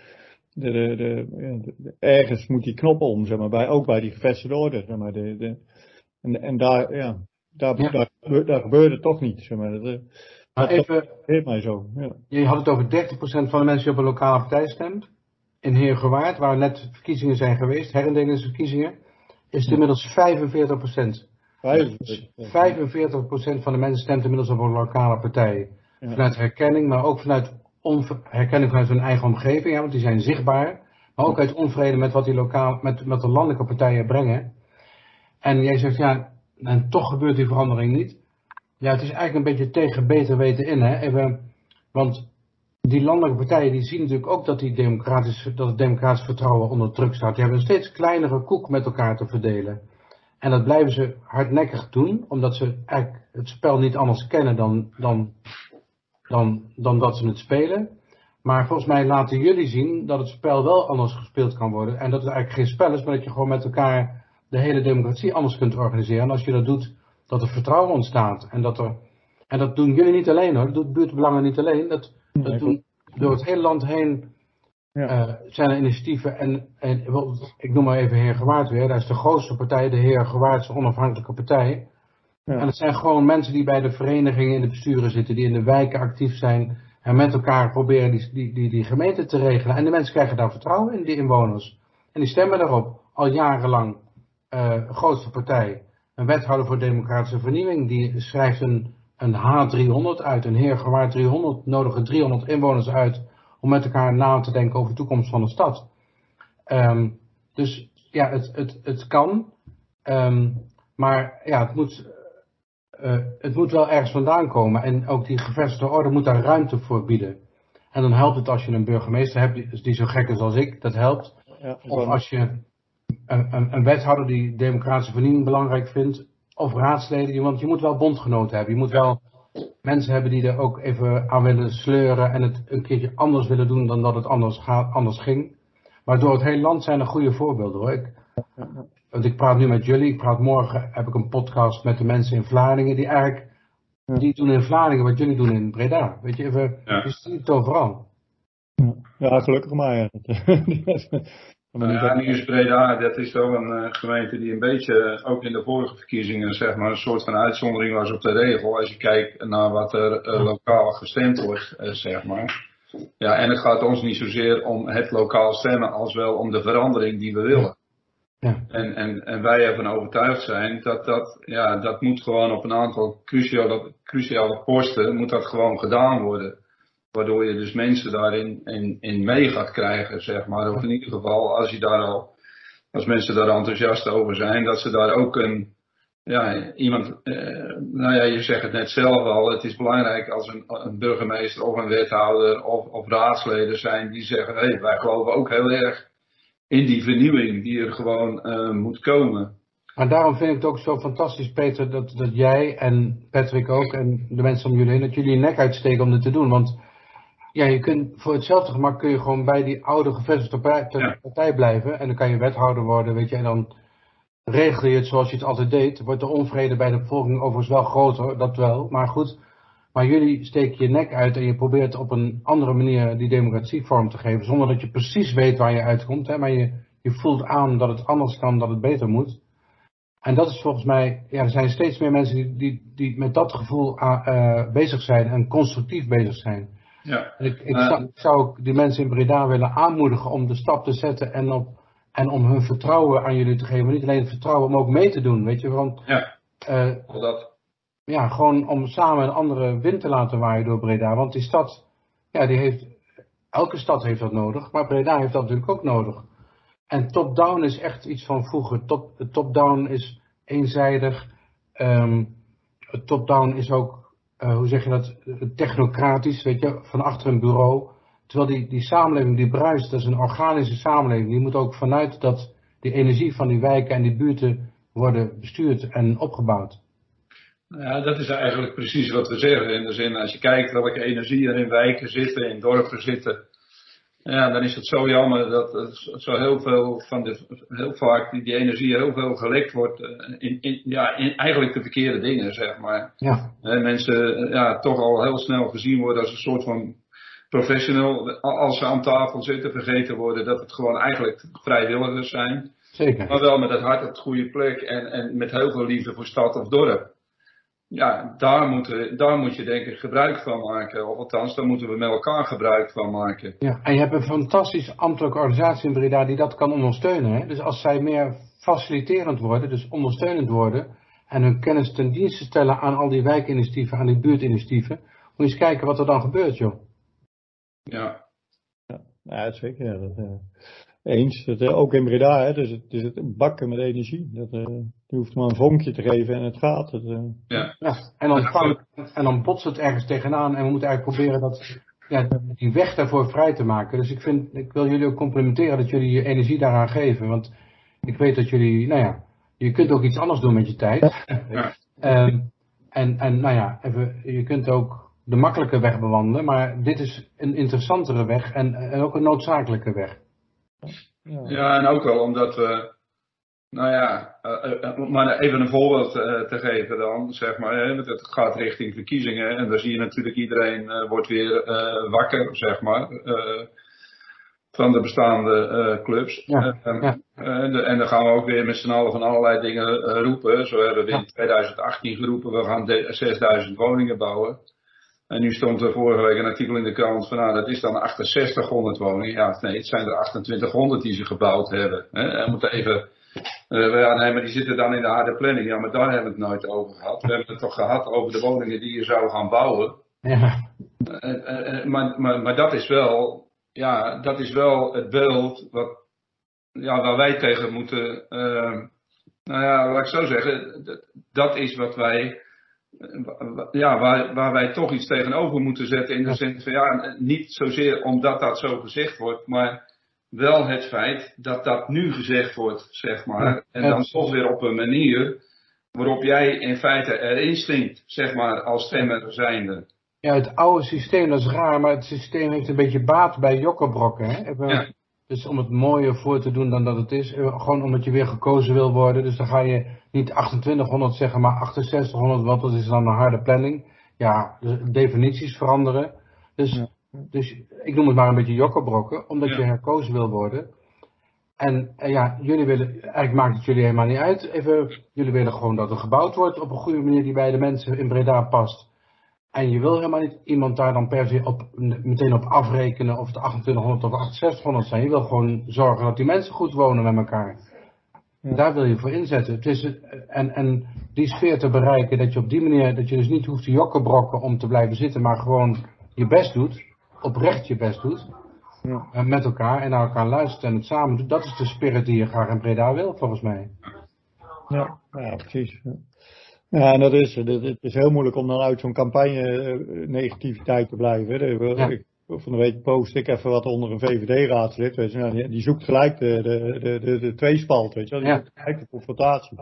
Ergens moet die knop om, zeg maar, ook bij die gevestigde orde. Zeg maar, en daar gebeurt het toch niet. Zeg maar. Maar even, Heer mij zo. Ja. je had het over 30% van de mensen die op een lokale partij stemt. In Heergewaard, waar net verkiezingen zijn geweest, herindelingsverkiezingen, is het inmiddels 45%. 45% van de mensen stemt inmiddels op een lokale partij. Ja. Vanuit herkenning, maar ook vanuit herkenning vanuit hun eigen omgeving, ja, want die zijn zichtbaar. Maar ook uit onvrede met wat die met de landelijke partijen brengen. En jij zegt, ja, en toch gebeurt die verandering niet. Ja, het is eigenlijk een beetje tegen beter weten in, hè. Want die landelijke partijen die zien natuurlijk ook dat het democratisch vertrouwen onder druk staat. Die hebben een steeds kleinere koek met elkaar te verdelen. En dat blijven ze hardnekkig doen, omdat ze eigenlijk het spel niet anders kennen dan dat ze het spelen. Maar volgens mij laten jullie zien dat het spel wel anders gespeeld kan worden. En dat het eigenlijk geen spel is, maar dat je gewoon met elkaar de hele democratie anders kunt organiseren. En als je dat doet, dat er vertrouwen ontstaat. En dat doen jullie niet alleen hoor, dat doet buurtbelangen niet alleen. Dat doen door het hele land heen. Ja. Zijn er initiatieven en ik noem maar even Heergewaard weer, dat is de grootste partij, de Heergewaardse onafhankelijke partij. Ja. En dat zijn gewoon mensen die bij de verenigingen in de besturen zitten, die in de wijken actief zijn en met elkaar proberen die gemeente te regelen. En de mensen krijgen daar vertrouwen in, die inwoners. En die stemmen daarop, al jarenlang, grootste partij. Een wethouder voor democratische vernieuwing, die schrijft een H300 uit, een Heergewaard 300, nodigen 300 inwoners uit om met elkaar na te denken over de toekomst van de stad. Dus ja, het kan. Maar ja, het moet wel ergens vandaan komen. En ook die gevestigde orde moet daar ruimte voor bieden. En dan helpt het als je een burgemeester hebt die zo gek is als ik. Dat helpt. Ja, of als je een wethouder die democratische vernieuwing belangrijk vindt. Of raadsleden. Want je moet wel bondgenoten hebben. Je moet wel mensen hebben die er ook even aan willen sleuren en het een keertje anders willen doen dan dat het anders ging. Maar door het hele land zijn er goede voorbeelden hoor. Want ik praat nu met jullie, morgen heb ik een podcast met de mensen in Vlaardingen die doen in Vlaardingen wat jullie doen in Breda. Weet je, je ziet het overal. Ja, gelukkig maar. Ja. Ja, nu is Breda, dat is wel een gemeente die een beetje, ook in de vorige verkiezingen, zeg maar, een soort van uitzondering was op de regel. Als je kijkt naar wat er lokaal gestemd wordt, zeg maar. Ja, en het gaat ons niet zozeer om het lokaal stemmen, als wel om de verandering die we willen. Ja. En wij ervan overtuigd zijn dat moet gewoon op een aantal cruciale posten, moet dat gewoon gedaan worden. Waardoor je dus mensen daarin in mee gaat krijgen, zeg maar. Of in ieder geval, als mensen daar enthousiast over zijn, dat ze daar ook je zegt het net zelf al, het is belangrijk als een burgemeester of een wethouder of raadsleden zijn die zeggen, wij geloven ook heel erg in die vernieuwing die er gewoon moet komen. Maar daarom vind ik het ook zo fantastisch, Peter, dat jij en Patrick ook en de mensen om jullie heen, dat jullie je nek uitsteken om dit te doen. Want ja, je kunt voor hetzelfde gemak kun je gewoon bij die oude gevestigde partij blijven. En dan kan je wethouder worden, weet je. En dan regel je het zoals je het altijd deed. Wordt de onvrede bij de bevolking overigens wel groter, dat wel. Maar goed, maar jullie steken je nek uit en je probeert op een andere manier die democratie vorm te geven. Zonder dat je precies weet waar je uitkomt. Hè, maar je voelt aan dat het anders kan, dat het beter moet. En dat is volgens mij, ja, er zijn steeds meer mensen die met dat gevoel bezig zijn en constructief bezig zijn. Ja. Ik zou ook die mensen in Breda willen aanmoedigen om de stap te zetten en om hun vertrouwen aan jullie te geven. Maar niet alleen het vertrouwen, om ook mee te doen, weet je. Want, gewoon om samen een andere wind te laten waaien door Breda. Want die stad, elke stad heeft dat nodig, maar Breda heeft dat natuurlijk ook nodig. En top-down is echt iets van vroeger. Top-down is eenzijdig. Top-down is ook, hoe zeg je dat, technocratisch, weet je, van achter een bureau. Terwijl die samenleving die bruist, dat is een organische samenleving. Die moet ook vanuit die energie van die wijken en die buurten worden bestuurd en opgebouwd. Ja, dat is eigenlijk precies wat we zeggen. In de zin, als je kijkt welke energie er in wijken zitten, in dorpen zitten. Ja, dan is het zo jammer dat zo heel vaak die energie heel veel gelekt wordt in eigenlijk de verkeerde dingen, zeg maar. Ja. Mensen toch al heel snel gezien worden als een soort van professional. Als ze aan tafel zitten, vergeten worden dat het gewoon eigenlijk vrijwilligers zijn. Zeker. Maar wel met het hart op de goede plek en met heel veel liefde voor stad of dorp. ja, daar moet je denk ik gebruik van maken. Of althans, daar moeten we met elkaar gebruik van maken. Ja, en je hebt een fantastische ambtelijke organisatie in Breda die dat kan ondersteunen. Hè? Dus als zij meer faciliterend worden, dus ondersteunend worden, en hun kennis ten dienste stellen aan al die wijkinitiatieven, aan die buurtinitiatieven, moet je eens kijken wat er dan gebeurt, joh. Ja. Ja, zeker. Ja, eens. Ook in Breda, hè, dus het is het bakken met energie. Je hoeft maar een vonkje te geven en het gaat. Ja. Ja, en dan botst het ergens tegenaan en we moeten eigenlijk proberen die weg daarvoor vrij te maken. Dus ik wil jullie ook complimenteren dat jullie je energie daaraan geven. Want ik weet dat jullie, je kunt ook iets anders doen met je tijd. Ja. Je kunt ook de makkelijke weg bewandelen, maar dit is een interessantere weg en ook een noodzakelijke weg. Ja, en ook wel omdat we, maar even een voorbeeld te geven dan, zeg maar, hè, het gaat richting verkiezingen en dan zie je natuurlijk iedereen wordt weer wakker, zeg maar, van de bestaande clubs. En dan gaan we ook weer met z'n allen van allerlei dingen roepen. Zo hebben we in 2018 geroepen, we gaan 6000 woningen bouwen. En nu stond er vorige week een artikel in de krant van, dat is dan 6800 woningen. Ja, nee, het zijn er 2800 die ze gebouwd hebben. Hè. We moeten even, maar die zitten dan in de harde planning. Ja, maar daar hebben we het nooit over gehad. We hebben het toch gehad over de woningen die je zou gaan bouwen. Ja. Maar dat is wel het beeld waar wij tegen moeten, laat ik zo zeggen, dat is wat wij, waar wij toch iets tegenover moeten zetten in de zin van, niet zozeer omdat dat zo gezegd wordt, maar wel het feit dat dat nu gezegd wordt, zeg maar, en dan toch weer op een manier waarop jij in feite erin stinkt, zeg maar, als stemmer zijnde. Ja, het oude systeem, dat is raar, maar het systeem heeft een beetje baat bij jokkerbrokken. Hè? Dus om het mooier voor te doen dan dat het is, gewoon omdat je weer gekozen wil worden. Dus dan ga je niet 2800 zeggen, maar 6800, want dat is dan een harde planning. Ja, dus definities veranderen. Dus ik noem het maar een beetje jokkerbrokken, omdat je herkozen wil worden. En jullie willen, eigenlijk maakt het jullie helemaal niet uit. Jullie willen gewoon dat er gebouwd wordt op een goede manier die bij de mensen in Breda past. En je wil helemaal niet iemand daar dan per se meteen op afrekenen of het 2800 of 6800 zijn. Je wil gewoon zorgen dat die mensen goed wonen met elkaar. Ja. Daar wil je voor inzetten. Het is, en die sfeer te bereiken, dat je op die manier, dat je dus niet hoeft te jokkenbrokken om te blijven zitten, maar gewoon je best doet, oprecht je best doet, met elkaar en naar elkaar luistert en het samen doet. Dat is de spirit die je graag in Breda wil, volgens mij. Ja, precies. Ja, en het is heel moeilijk om dan uit zo'n campagne negativiteit te blijven. Van de week post ik even wat onder een VVD-raadslid. Weet je, die zoekt gelijk de tweespalt, weet je wel. Die zoekt gelijk de confrontatie.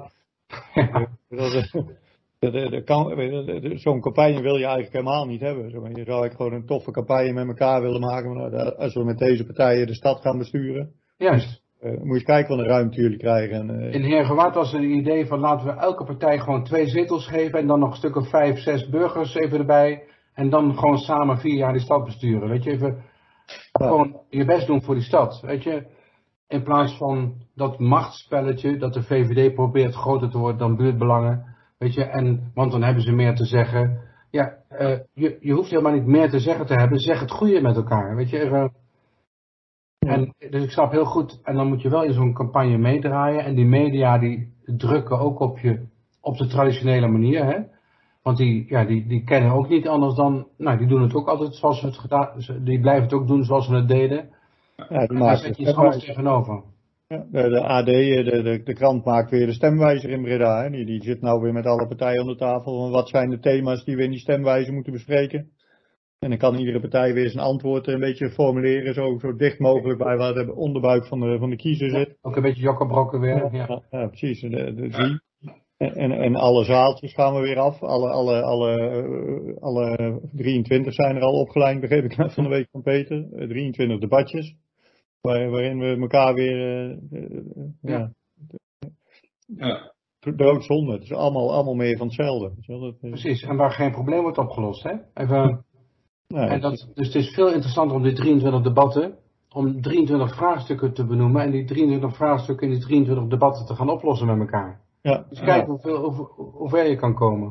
Zo'n campagne wil je eigenlijk helemaal niet hebben. Je zou eigenlijk gewoon een toffe campagne met elkaar willen maken. Maar als we met deze partijen de stad gaan besturen. Juist. Moet je eens kijken wat een ruimte jullie krijgen. In Heergewaard was er een idee van laten we elke partij gewoon 2 zetels geven. En dan nog een stuk of 5, 6 burgers even erbij. En dan gewoon samen 4 jaar die stad besturen. Weet je, even gewoon je best doen voor die stad. Weet je, in plaats van dat machtsspelletje dat de VVD probeert groter te worden dan buurtbelangen. Weet je, want dan hebben ze meer te zeggen. Ja, je hoeft helemaal niet meer te zeggen te hebben. Zeg het goede met elkaar. Weet je, even. Dus ik snap heel goed, en dan moet je wel in zo'n campagne meedraaien. En die media die drukken ook op de traditionele manier. Hè? Want die kennen ook niet anders dan, die doen het ook altijd zoals we het gedaan. Die blijven het ook doen zoals we het deden. Ja, daar zet je iets anders tegenover. Ja, de AD, de krant maakt weer de stemwijzer in Breda. Hè? Die zit nou weer met alle partijen aan de tafel. Van wat zijn de thema's die we in die stemwijzer moeten bespreken? En dan kan iedere partij weer zijn antwoord een beetje formuleren, zo dicht mogelijk bij waar de onderbuik van de kiezer zit. Ook een beetje jokkerbrokken weer. Ja, precies. En alle zaaltjes gaan we weer af. Alle 23 zijn er al opgeleid, begreep ik net van de week van Peter. 23 debatjes. Waarin we elkaar weer doodzonde. Het is allemaal meer van hetzelfde. Precies, en waar geen probleem wordt opgelost. Hè? Dus het is veel interessanter om die 23 debatten, om 23 vraagstukken te benoemen en die 23 vraagstukken in die 23 debatten te gaan oplossen met elkaar. Ja. Dus kijken hoe ver je kan komen.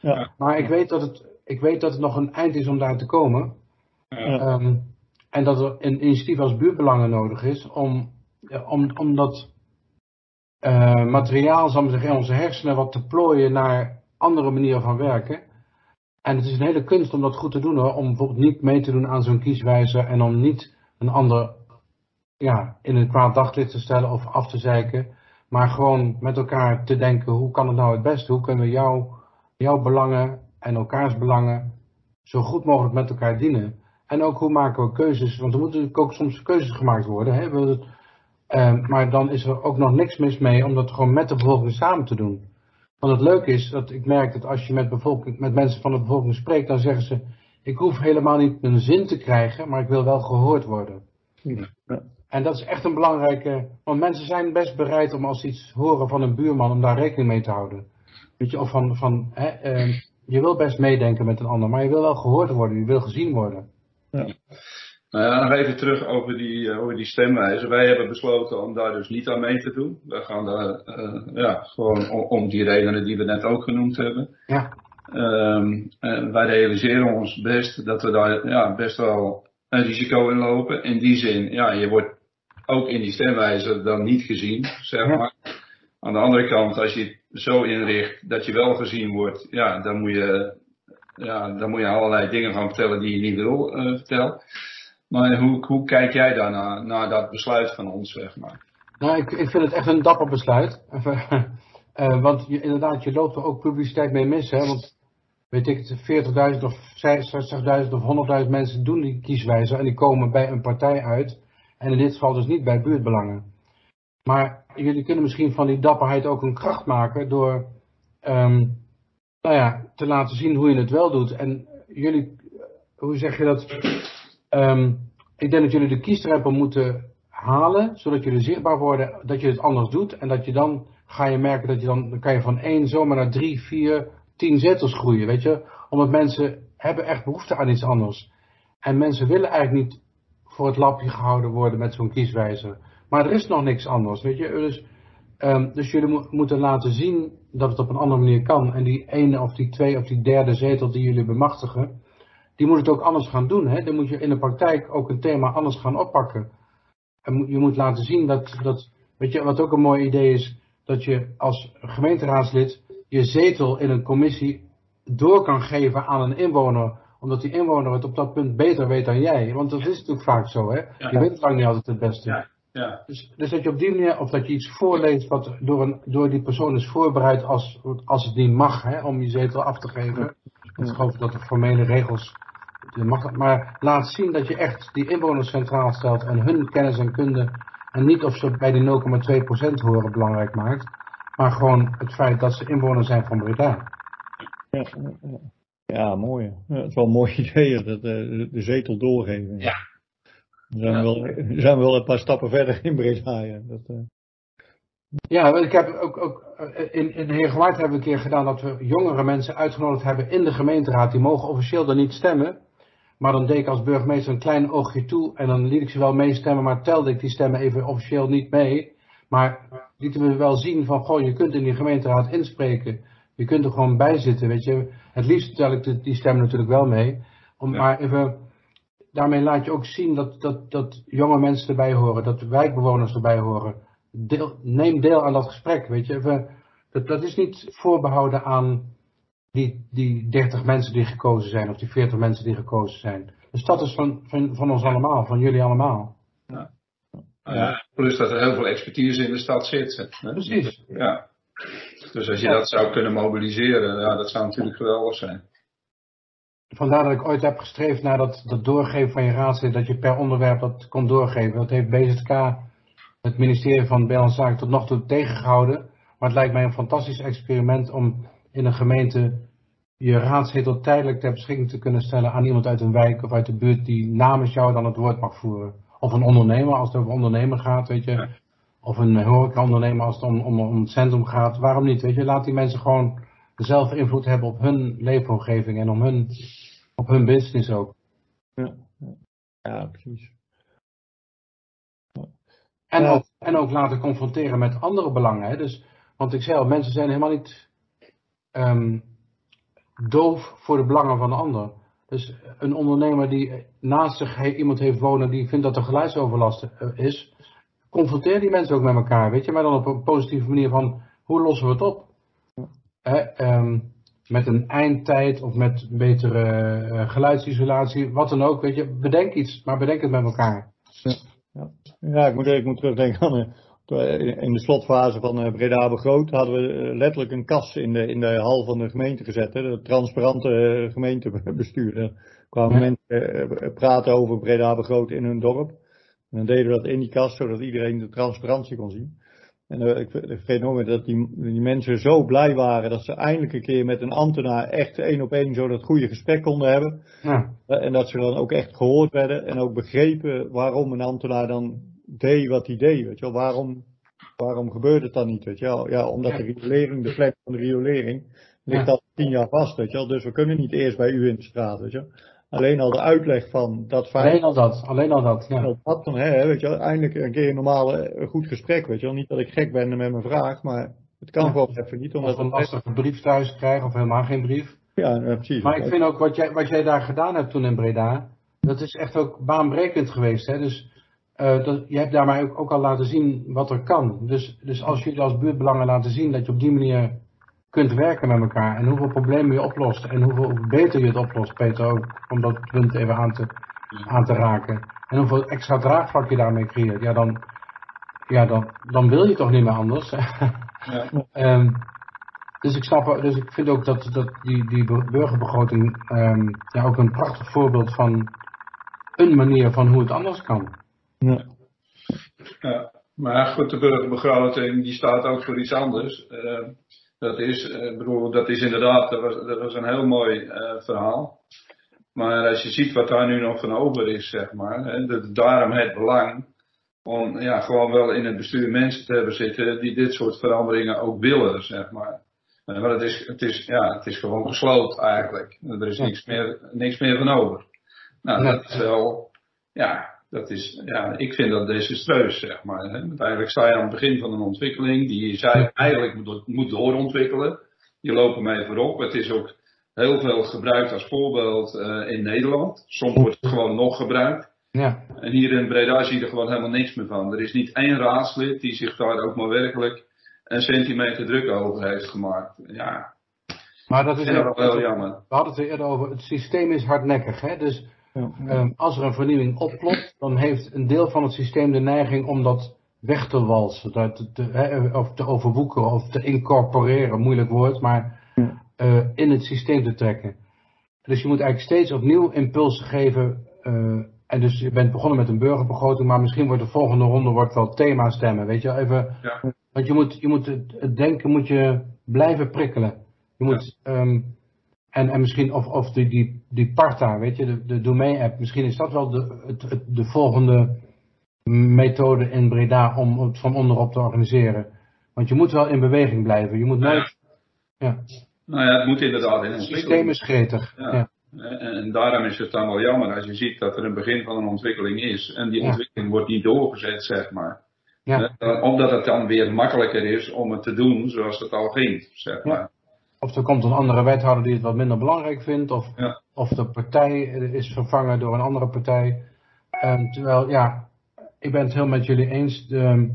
Ja. Maar ik weet dat het nog een eind is om daar te komen. Ja. En dat er een initiatief als buurtbelangen nodig is om dat materiaal, zal ik maar zeggen, in onze hersenen wat te plooien naar andere manieren van werken. En het is een hele kunst om dat goed te doen hoor. Om bijvoorbeeld niet mee te doen aan zo'n kieswijzer en om niet een ander in een kwaad daglicht te stellen of af te zeiken. Maar gewoon met elkaar te denken, hoe kan het nou het beste? Hoe kunnen we jouw belangen en elkaars belangen zo goed mogelijk met elkaar dienen? En ook hoe maken we keuzes? Want er moeten natuurlijk ook soms keuzes gemaakt worden. Hè? Maar dan is er ook nog niks mis mee om dat gewoon met de bevolking samen te doen. Want het leuke is dat ik merk dat als je met mensen van de bevolking spreekt, dan zeggen ze, ik hoef helemaal niet een zin te krijgen, maar ik wil wel gehoord worden. Ja. En dat is echt een belangrijke, want mensen zijn best bereid om als ze iets horen van een buurman, om daar rekening mee te houden. Weet je, of je wil best meedenken met een ander, maar je wil wel gehoord worden, je wil gezien worden. Ja. Nou ja, nog even terug over die stemwijzer. Wij hebben besloten om daar dus niet aan mee te doen. We gaan daar gewoon om die redenen die we net ook genoemd hebben. Ja. Wij realiseren ons best dat we daar best wel een risico in lopen. In die zin, je wordt ook in die stemwijzer dan niet gezien, zeg maar. Aan de andere kant, als je het zo inricht dat je wel gezien wordt, dan moet je allerlei dingen gaan vertellen die je niet wil vertellen. Maar hoe kijk jij daarna, naar dat besluit van ons, zeg maar? Nou, ik vind het echt een dapper besluit. Want inderdaad, je loopt er ook publiciteit mee mis. Hè? Want weet ik het, 40.000 of 60.000 of 100.000 mensen doen die kieswijzer en die komen bij een partij uit. En in dit geval dus niet bij buurtbelangen. Maar jullie kunnen misschien van die dapperheid ook een kracht maken door te laten zien hoe je het wel doet. En jullie, hoe zeg je dat? Ik denk dat jullie de kiesdrempel moeten halen, zodat jullie zichtbaar worden dat je het anders doet. En dat je dan ga je merken dat dan kan je van 1 zomaar naar 3, 4, 10 zetels groeien, weet je. Omdat mensen hebben echt behoefte aan iets anders. En mensen willen eigenlijk niet voor het lapje gehouden worden met zo'n kieswijzer. Maar er is nog niks anders, weet je. Dus jullie moeten laten zien dat het op een andere manier kan. En die ene of die twee of die derde zetel die jullie bemachtigen, die moet het ook anders gaan doen. Hè? Dan moet je in de praktijk ook een thema anders gaan oppakken. En je moet laten zien dat, weet je, wat ook een mooi idee is, dat je als gemeenteraadslid je zetel in een commissie door kan geven aan een inwoner, omdat die inwoner het op dat punt beter weet dan jij. Want dat is natuurlijk vaak zo, hè? Je weet lang niet altijd het beste. Ja. Dus dat je op die manier, of dat je iets voorleest wat door die persoon is voorbereid als het niet mag, hè, om je zetel af te geven. Ik geloof dat de formele regels, maar laat zien dat je echt die inwoners centraal stelt en hun kennis en kunde, en niet of ze bij die 0,2% horen belangrijk maakt, maar gewoon het feit dat ze inwoner zijn van Breda. Ja, mooi. Ja, het is wel een mooi idee, dat de zetel doorgeven. Ja. We zijn wel een paar stappen verder in Breda. Ja, ik heb ook in Heergewaard hebben we een keer gedaan dat we jongere mensen uitgenodigd hebben in de gemeenteraad. Die mogen officieel er niet stemmen. Maar dan deed ik als burgemeester een klein oogje toe en dan liet ik ze wel meestemmen, maar telde ik die stemmen even officieel niet mee. Maar lieten we wel zien van, goh, je kunt in die gemeenteraad inspreken. Je kunt er gewoon bij zitten, weet je. Het liefst tel ik die stemmen natuurlijk wel mee. Maar even, daarmee laat je ook zien dat jonge mensen erbij horen, dat wijkbewoners erbij horen. Neem deel aan dat gesprek, weet je. Dat is niet voorbehouden aan die 30 mensen die gekozen zijn, of die 40 mensen die gekozen zijn. Dus dat is van ons allemaal, van jullie allemaal. Plus dat er heel veel expertise in de stad zit. Hè? Precies. Ja. Dus als je dat zou kunnen mobiliseren, dat zou natuurlijk geweldig zijn. Vandaar dat ik ooit heb gestreefd naar dat doorgeven van je raadslid, dat je per onderwerp dat kon doorgeven. Dat heeft BZK, het ministerie van Binnenlandse Zaken, tot nog toe tegengehouden. Maar het lijkt mij een fantastisch experiment om in een gemeente je raadszetel tijdelijk ter beschikking te kunnen stellen aan iemand uit een wijk of uit de buurt die namens jou dan het woord mag voeren. Of een ondernemer, als het over ondernemer gaat, weet je. Ja. Of een horecaondernemer als het om het centrum gaat. Waarom niet, weet je. Laat die mensen gewoon zelf invloed hebben op hun leefomgeving en op hun business ook. Ja, precies. En ook laten confronteren met andere belangen. Hè. Dus, want ik zei al, mensen zijn helemaal niet doof voor de belangen van de ander. Dus een ondernemer die naast zich iemand heeft wonen die vindt dat er geluidsoverlast is, confronteer die mensen ook met elkaar, weet je, maar dan op een positieve manier van, hoe lossen we het op? Met een eindtijd of met betere geluidsisolatie, wat dan ook, weet je, bedenk iets, maar bedenk het met elkaar. Ja, ik moet terugdenken aan in de slotfase van Breda Begroot hadden we letterlijk een kas in de hal van de gemeente gezet. Hè, het transparante gemeentebestuur. Er kwamen mensen praten over Breda Begroot in hun dorp. En dan deden we dat in die kas, zodat iedereen de transparantie kon zien. En ik vergeet nooit meer dat die mensen zo blij waren dat ze eindelijk een keer met een ambtenaar echt 1 op 1 zo dat goede gesprek konden hebben. Ja. En dat ze dan ook echt gehoord werden en ook begrepen waarom een ambtenaar dan deed wat hij deed. Weet je wel. Waarom gebeurt het dan niet? Weet je wel. Ja, omdat de riolering, de plan van de riolering, ligt al 10 jaar vast. Weet je wel. Dus we kunnen niet eerst bij u in de straat. Weet je wel. Alleen al de uitleg van dat feit. Alleen al dat. Ja. Dat dan, weet je wel, eindelijk een keer een normaal goed gesprek, weet je wel. Niet dat ik gek ben met mijn vraag, maar het kan gewoon even niet. Omdat of een lastige brief thuis krijgen of helemaal geen brief. Ja, precies. Maar ik vind ook wat jij daar gedaan hebt toen in Breda, dat is echt ook baanbrekend geweest. Hè? Dus je hebt daar mij ook al laten zien wat er kan. Dus als jullie als buurtbelangen laten zien dat je op die manier kunt werken met elkaar en hoeveel problemen je oplost en hoeveel beter je het oplost, Peter, ook om dat punt even aan te raken. En hoeveel extra draagvlak je daarmee creëert, dan wil je toch niet meer anders. Ja. Dus ik vind ook dat die burgerbegroting ook een prachtig voorbeeld van een manier van hoe het anders kan. Ja. Ja, maar goed, de burgerbegroting die staat ook voor iets anders. Dat is inderdaad, dat was een heel mooi verhaal. Maar als je ziet wat daar nu nog van over is, zeg maar, daarom het belang om gewoon wel in het bestuur mensen te hebben zitten die dit soort veranderingen ook willen, zeg maar. Maar het is gewoon gesloten eigenlijk. Er is niks meer van over. Nou, dat is wel, ik vind dat desastreus, zeg maar. Hè. Uiteindelijk sta je aan het begin van een ontwikkeling die je eigenlijk moet doorontwikkelen. Die lopen mee voorop. Het is ook heel veel gebruikt als voorbeeld in Nederland. Soms wordt het gewoon nog gebruikt. Ja. En hier in Breda zie je er gewoon helemaal niks meer van. Er is niet één raadslid die zich daar ook maar werkelijk een centimeter druk over heeft gemaakt. Ja. Maar dat is wel jammer. We hadden het er eerder over, het systeem is hardnekkig. Hè? Dus als er een vernieuwing oplopt, dan heeft een deel van het systeem de neiging om dat weg te walsen. Of te overwoekeren of te incorporeren, moeilijk woord, maar in het systeem te trekken. Dus je moet eigenlijk steeds opnieuw impulsen geven. En dus je bent begonnen met een burgerbegroting, maar misschien wordt de volgende ronde wel thema stemmen. Weet je, even. Ja. Want je moet het denken moet je blijven prikkelen. Je moet, en misschien of die Parta, weet je, de Domain-app, misschien is dat wel de volgende methode in Breda om het van onderop te organiseren. Want je moet wel in beweging blijven. Je moet nooit. Nou ja, het moet inderdaad in het systeem is gretig. Ja. En daarom is het dan wel jammer als je ziet dat er een begin van een ontwikkeling is en die ontwikkeling wordt niet doorgezet, zeg maar. Ja. Omdat het dan weer makkelijker is om het te doen zoals het al ging, zeg maar. Of er komt een andere wethouder die het wat minder belangrijk vindt, of de partij is vervangen door een andere partij. Terwijl, ik ben het heel met jullie eens.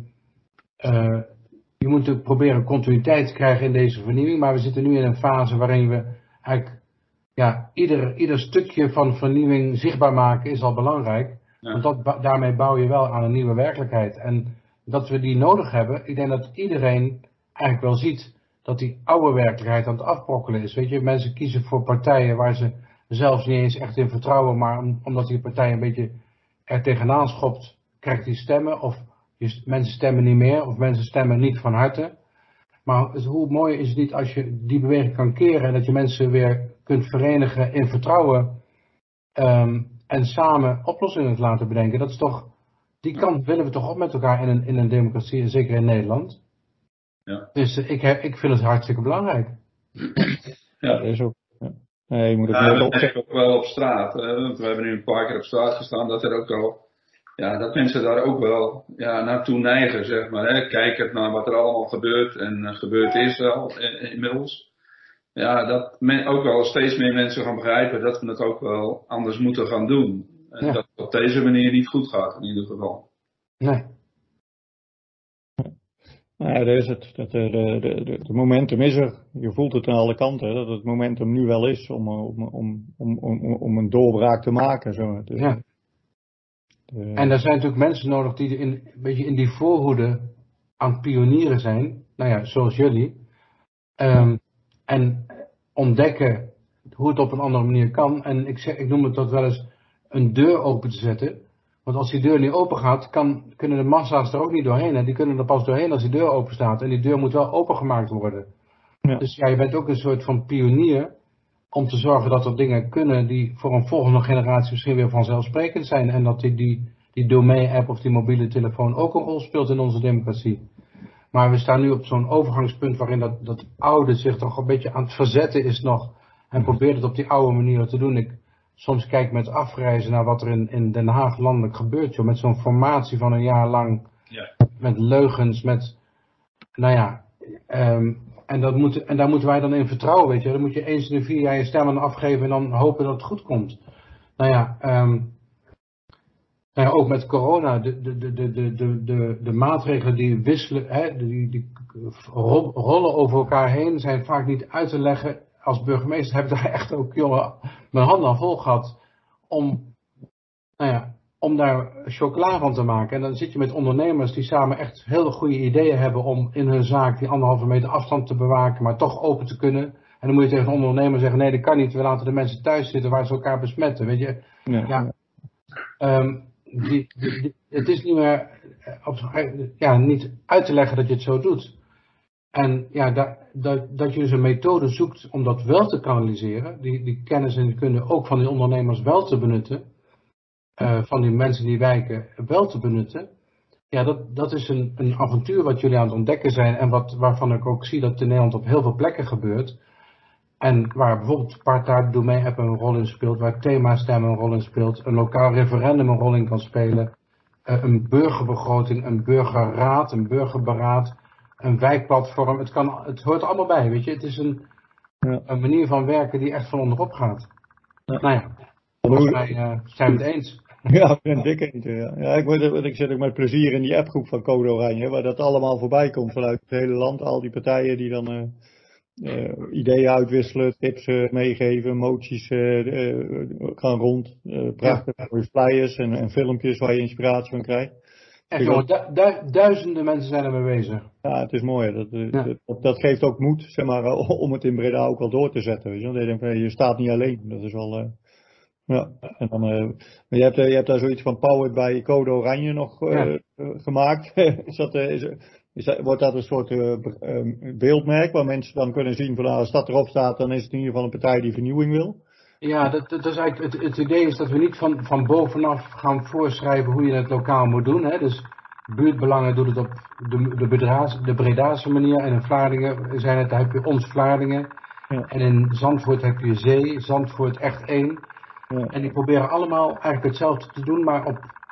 Je moet natuurlijk proberen continuïteit te krijgen in deze vernieuwing, maar we zitten nu in een fase waarin we eigenlijk ieder stukje van vernieuwing zichtbaar maken is al belangrijk. Ja. Want daarmee bouw je wel aan een nieuwe werkelijkheid. En dat we die nodig hebben, ik denk dat iedereen eigenlijk wel ziet dat die oude werkelijkheid aan het afbrokkelen is. Weet je, mensen kiezen voor partijen waar ze zelfs niet eens echt in vertrouwen, maar omdat die partij een beetje er tegenaan schopt, krijgt die stemmen. Of mensen stemmen niet meer, of mensen stemmen niet van harte. Maar hoe mooi is het niet als je die beweging kan keren en dat je mensen weer kunt verenigen in vertrouwen en samen oplossingen laten bedenken. Dat is toch, die kant willen we toch op met elkaar in een democratie, zeker in Nederland. Ja. Dus ik vind het hartstikke belangrijk. Ja, dat is ook. Je moet ook wel op straat. Want we hebben nu een paar keer op straat gestaan dat er ook al. Ja, dat mensen daar ook wel naartoe neigen, zeg maar. Hè. Kijkend naar wat er allemaal gebeurt en gebeurd is al inmiddels. ja, dat ook wel steeds meer mensen gaan begrijpen dat we het ook wel anders moeten gaan doen. En dat het op deze manier niet goed gaat, in ieder geval. Nee. Nou ja, daar is het. De momentum is er. Je voelt het aan alle kanten, dat het momentum nu wel is om een doorbraak te maken. Zo. Ja. En er zijn natuurlijk mensen nodig die een beetje in die voorhoede aan het pionieren zijn. Nou ja, zoals jullie. En ontdekken hoe het op een andere manier kan. En ik noem het dat wel eens een deur open te zetten. Want als die deur niet open gaat, kunnen de massa's er ook niet doorheen. En die kunnen er pas doorheen als die deur open staat. En die deur moet wel opengemaakt worden. Ja. Dus ja, je bent ook een soort van pionier om te zorgen dat er dingen kunnen die voor een volgende generatie misschien weer vanzelfsprekend zijn. En dat die domain-app of die mobiele telefoon ook een rol speelt in onze democratie. Maar we staan nu op zo'n overgangspunt waarin dat oude zich toch een beetje aan het verzetten is nog. En probeert het op die oude manier te doen. Soms kijk met afreizen naar wat er in Den Haag landelijk gebeurt. Joh, met zo'n formatie van een jaar lang. Ja. Met leugens, met... Nou ja... En daar moeten wij dan in vertrouwen, weet je. Dan moet je eens in de 4 jaar je stem aan afgeven en dan hopen dat het goed komt. Nou ja, ook met corona, de maatregelen die wisselen, hè, die rollen over elkaar heen, zijn vaak niet uit te leggen. Als burgemeester heb ik daar echt ook, jongen, mijn handen aan vol gehad om daar chocola van te maken. En dan zit je met ondernemers die samen echt hele goede ideeën hebben om in hun zaak die 1,5 meter afstand te bewaken, maar toch open te kunnen. En dan moet je tegen de ondernemer zeggen, nee, dat kan niet, we laten de mensen thuis zitten waar ze elkaar besmetten, weet je. Het is niet meer niet uit te leggen dat je het zo doet. En ja, dat je dus een methode zoekt om dat wel te kanaliseren, die kennis en die kunde ook van die ondernemers wel te benutten, van die mensen die wijken wel te benutten. Ja, dat is een avontuur wat jullie aan het ontdekken zijn en waarvan ik ook zie dat het in Nederland op heel veel plekken gebeurt. En waar bijvoorbeeld Partij Domain App een rol in speelt, waar Themastem een rol in speelt, een lokaal referendum een rol in kan spelen, een burgerbegroting, een burgerraad, een burgerberaad, een wijkplatform. Het hoort er allemaal bij, weet je. Het is een manier van werken die echt van onderop gaat. Ja. Nou ja, volgens mij zijn we het eens. Ja, ik ben het dik eens. Ja, ik zit ook met plezier in die appgroep van Code Oranje, waar dat allemaal voorbij komt vanuit het hele land. Al die partijen die dan ideeën uitwisselen, tips meegeven, moties gaan rond. Prachtige flyers en filmpjes waar je inspiratie van krijgt. Echt jongen, duizenden mensen zijn ermee bezig. Ja, het is mooi. Dat geeft ook moed, zeg maar, om het in Breda ook wel door te zetten. Weet je? Want je denkt, je staat niet alleen. Dat is wel... Ja, en dan, maar je hebt daar zoiets van Powered by Code Oranje nog gemaakt. Wordt dat een soort beeldmerk waar mensen dan kunnen zien van als dat erop staat, dan is het in ieder geval een partij die vernieuwing wil? Ja, dat is eigenlijk het idee is dat we niet van bovenaf gaan voorschrijven hoe je het lokaal moet doen. Hè? Dus buurtbelangen doet het op de Bredaanse manier en in Vlaardingen daar heb je ons Vlaardingen. Ja. En in Zandvoort heb je Zee, Zandvoort echt één. Ja. En die proberen allemaal eigenlijk hetzelfde te doen, maar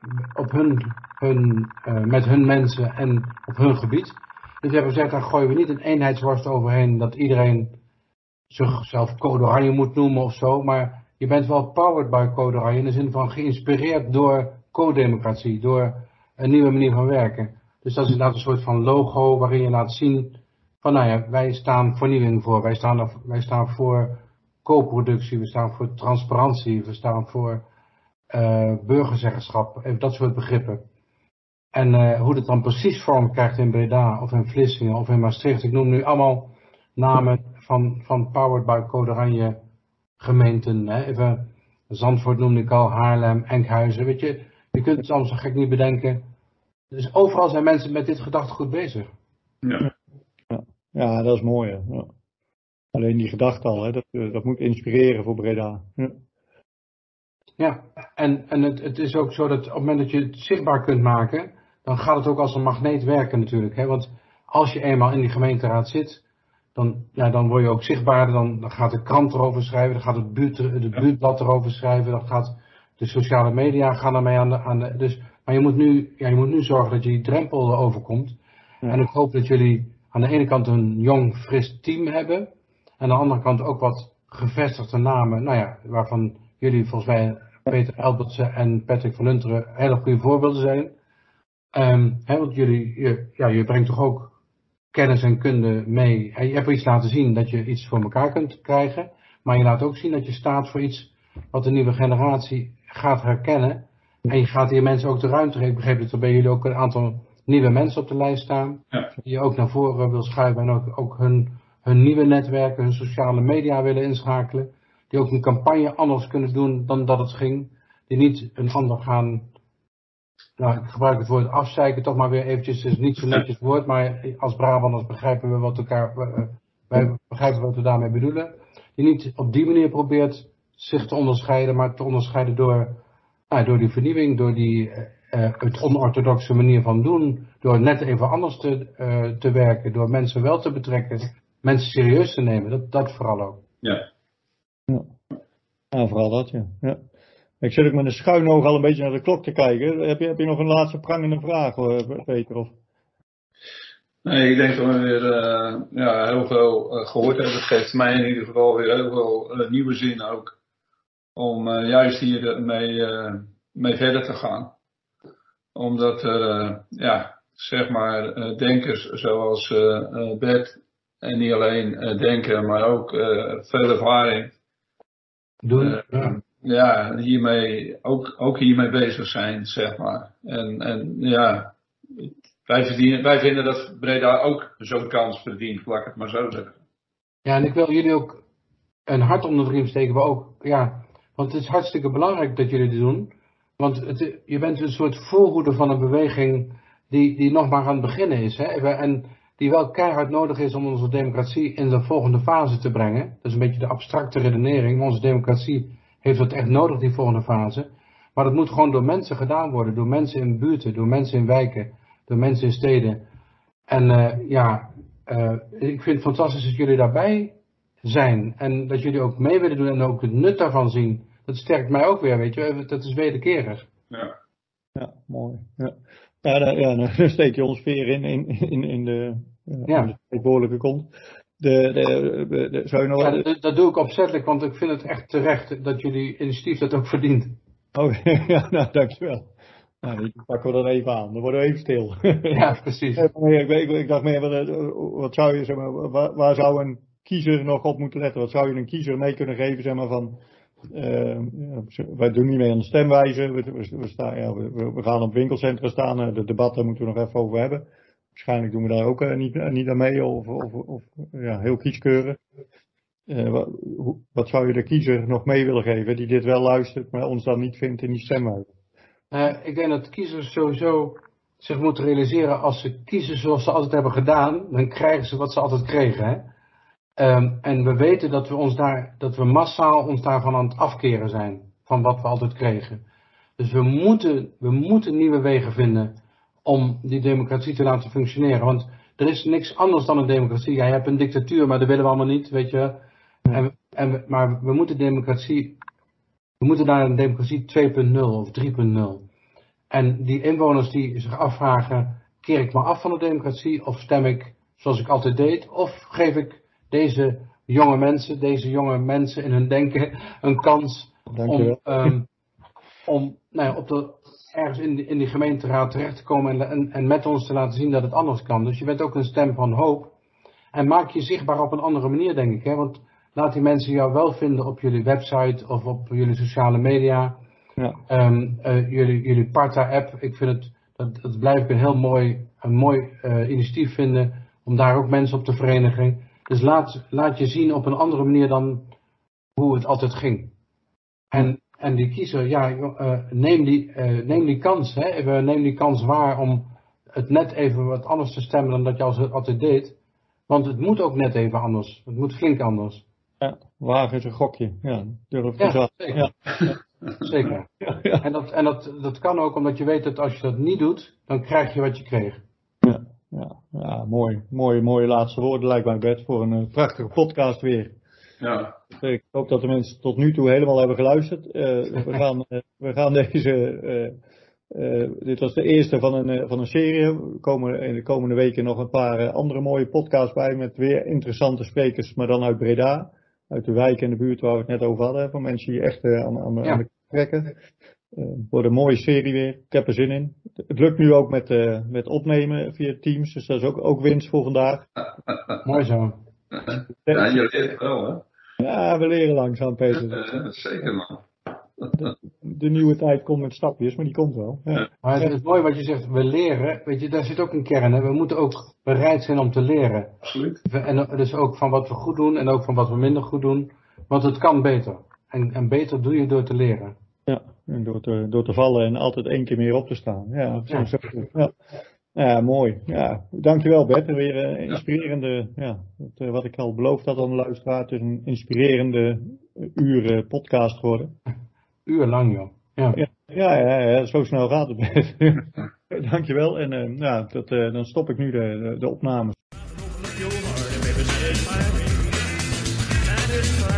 met hun mensen en op hun gebied. Dus we hebben gezegd, daar gooien we niet een eenheidsworst overheen dat iedereen zichzelf Code Oranje moet noemen of zo. Maar je bent wel powered by Code Oranje in de zin van geïnspireerd door co-democratie, door een nieuwe manier van werken. Dus dat is inderdaad een soort van logo waarin je laat zien van nou ja, wij staan vernieuwing voor, wij staan voor co-productie, we staan voor transparantie, we staan voor burgerzeggenschap, even dat soort begrippen. En hoe dat dan precies vorm krijgt in Breda of in Vlissingen of in Maastricht, ik noem nu allemaal namen van Powered by Code Oranje gemeenten. Hè? Even Zandvoort noemde ik al, Haarlem, Enkhuizen, weet je. Je kunt het allemaal zo gek niet bedenken. Dus overal zijn mensen met dit gedachtegoed bezig. Ja, dat is mooi. Hè? Ja. Alleen die gedachte al, hè? Dat moet inspireren voor Breda. Ja, en het is ook zo dat op het moment dat je het zichtbaar kunt maken, dan gaat het ook als een magneet werken natuurlijk. Hè? Want als je eenmaal in die gemeenteraad zit, dan word je ook zichtbaar. Dan gaat de krant erover schrijven, dan gaat het buurtblad erover schrijven, dan gaat de sociale media gaan ermee aan de dus, maar je moet nu zorgen dat je die drempel erover komt. Ja. En ik hoop dat jullie aan de ene kant een jong, fris team hebben. aan de andere kant ook wat gevestigde namen, waarvan jullie volgens mij, Peter Elbertsen en Patrick van Lunteren, hele goede voorbeelden zijn. Want je brengt toch ook kennis en kunde mee. En je hebt iets laten zien dat je iets voor elkaar kunt krijgen, maar je laat ook zien dat je staat voor iets wat de nieuwe generatie gaat herkennen. En je gaat hier mensen ook de ruimte geven. Ik begreep dat er bij jullie ook een aantal nieuwe mensen op de lijst staan. Ja. Die je ook naar voren wil schuiven en ook hun nieuwe netwerken, hun sociale media willen inschakelen. Die ook een campagne anders kunnen doen dan dat het ging. Die niet een ander gaan, ik gebruik het woord afzeiken toch maar weer eventjes. Het is niet zo netjes woord, maar als Brabanders begrijpen we wij begrijpen wat we daarmee bedoelen. Die niet op die manier probeert zich te onderscheiden, maar te onderscheiden door die vernieuwing, door het onorthodoxe manier van doen, door net even anders te werken, door mensen wel te betrekken, mensen serieus te nemen, dat vooral ook. Ja. Ja, vooral dat, ja. Ik zit ook met een schuin oog al een beetje naar de klok te kijken. Heb je nog een laatste prangende vraag, Peter? Of? Nee, ik denk dat we weer heel veel gehoord hebben. Het geeft mij in ieder geval weer heel veel nieuwe zin ook. Om juist hier mee verder te gaan. Omdat er, denkers zoals Bert, en niet alleen denken, maar ook veel ervaring. Doen, hiermee, ook hiermee bezig zijn, zeg maar. Wij vinden dat Breda ook zo'n kans verdient, laat ik het maar zo zeggen. Ja, en ik wil jullie ook een hart onder de riem steken, maar ook, want het is hartstikke belangrijk dat jullie dit doen. Want je bent een soort voorhoeder van een beweging die nog maar aan het beginnen is. Hè? En die wel keihard nodig is om onze democratie in de volgende fase te brengen. Dat is een beetje de abstracte redenering. Maar onze democratie heeft dat echt nodig, die volgende fase. Maar dat moet gewoon door mensen gedaan worden. Door mensen in buurten, door mensen in wijken, door mensen in steden. En ik vind het fantastisch dat jullie daarbij zijn. En dat jullie ook mee willen doen en ook het nut daarvan zien. Dat sterkt mij ook weer, weet je. Dat is wederkerig. Ja, mooi. Dan steek je ons weer in de behoorlijke kont. Zou je nog... dat doe ik opzettelijk, want ik vind het echt terecht dat jullie initiatief dat ook verdient. Oh, dankjewel. Die pakken we dan even aan. Dan worden we even stil. Ja, precies. Ik dacht meer, wat zou je, zeg maar, waar zou een kiezer nog op moeten letten? Wat zou je een kiezer mee kunnen geven, zeg maar, van... wij doen niet mee aan de stemwijzer. We gaan op winkelcentra staan. De debatten moeten we nog even over hebben. Waarschijnlijk doen we daar ook niet aan mee. Of heel kieskeurig. Wat zou je de kiezer nog mee willen geven die dit wel luistert, maar ons dan niet vindt in die stemwijzer? Ik denk dat kiezers sowieso zich moeten realiseren, als ze kiezen zoals ze altijd hebben gedaan, dan krijgen ze wat ze altijd kregen. Hè? En we weten dat we massaal ons daarvan aan het afkeren zijn, van wat we altijd kregen. Dus we moeten nieuwe wegen vinden om die democratie te laten functioneren. Want er is niks anders dan een democratie. Ja, je hebt een dictatuur, maar dat willen we allemaal niet, weet je. Maar we moeten naar een democratie 2.0 of 3.0. En die inwoners die zich afvragen, keer ik me af van de democratie of stem ik zoals ik altijd deed? Of geef ik deze jonge mensen in hun denken een kans om ergens in die gemeenteraad terecht te komen en met ons te laten zien dat het anders kan. Dus je bent ook een stem van hoop. En maak je zichtbaar op een andere manier, denk ik. Hè? Want laat die mensen jou wel vinden op jullie website of op jullie sociale media. Ja. Jullie Parta-app. Ik vind dat blijf ik een mooi initiatief vinden om daar ook mensen op te verenigen. Dus laat je zien op een andere manier dan hoe het altijd ging. En die kiezer, neem die kans. Hè? Neem die kans waar om het net even wat anders te stemmen dan dat je altijd deed. Want het moet ook net even anders. Het moet flink anders. Ja, wagen is een gokje. Ja, durf zeker. Ja. Zeker. Ja. En dat kan ook omdat je weet dat als je dat niet doet, dan krijg je wat je kreeg. Ja, mooie laatste woorden lijkt mij, Bert, voor een prachtige podcast weer. Ja. Ik hoop dat de mensen tot nu toe helemaal hebben geluisterd. We gaan deze Dit was de eerste van een serie. Er komen in de komende weken nog een paar andere mooie podcasts bij met weer interessante sprekers, maar dan uit Breda. Uit de wijk en de buurt waar we het net over hadden. Van mensen die echt aan de trekken. Wordt een mooie serie weer. Ik heb er zin in. Het lukt nu ook met opnemen via Teams. Dus dat is ook winst voor vandaag. Mooi zo. Ja, je leert wel, hè? Ja, we leren langzaam, Peter. Zeker, man. De nieuwe tijd komt met stapjes, maar die komt wel. Ja. Maar het is mooi wat je zegt, we leren. Weet je, daar zit ook een kern. Hè? We moeten ook bereid zijn om te leren. Absoluut. En dus ook van wat we goed doen en ook van wat we minder goed doen. Want het kan beter. En beter doe je door te leren. Ja, en door te vallen en altijd 1 keer meer op te staan. Ja, zo. Ja, mooi. Ja, dankjewel Bert. Weer inspirerende, wat ik al beloofd had aan de luisteraar. Het is een inspirerende uur podcast geworden. Uurlang, joh. Ja, zo snel gaat het Bert. Dankjewel en dan stop ik nu de opname.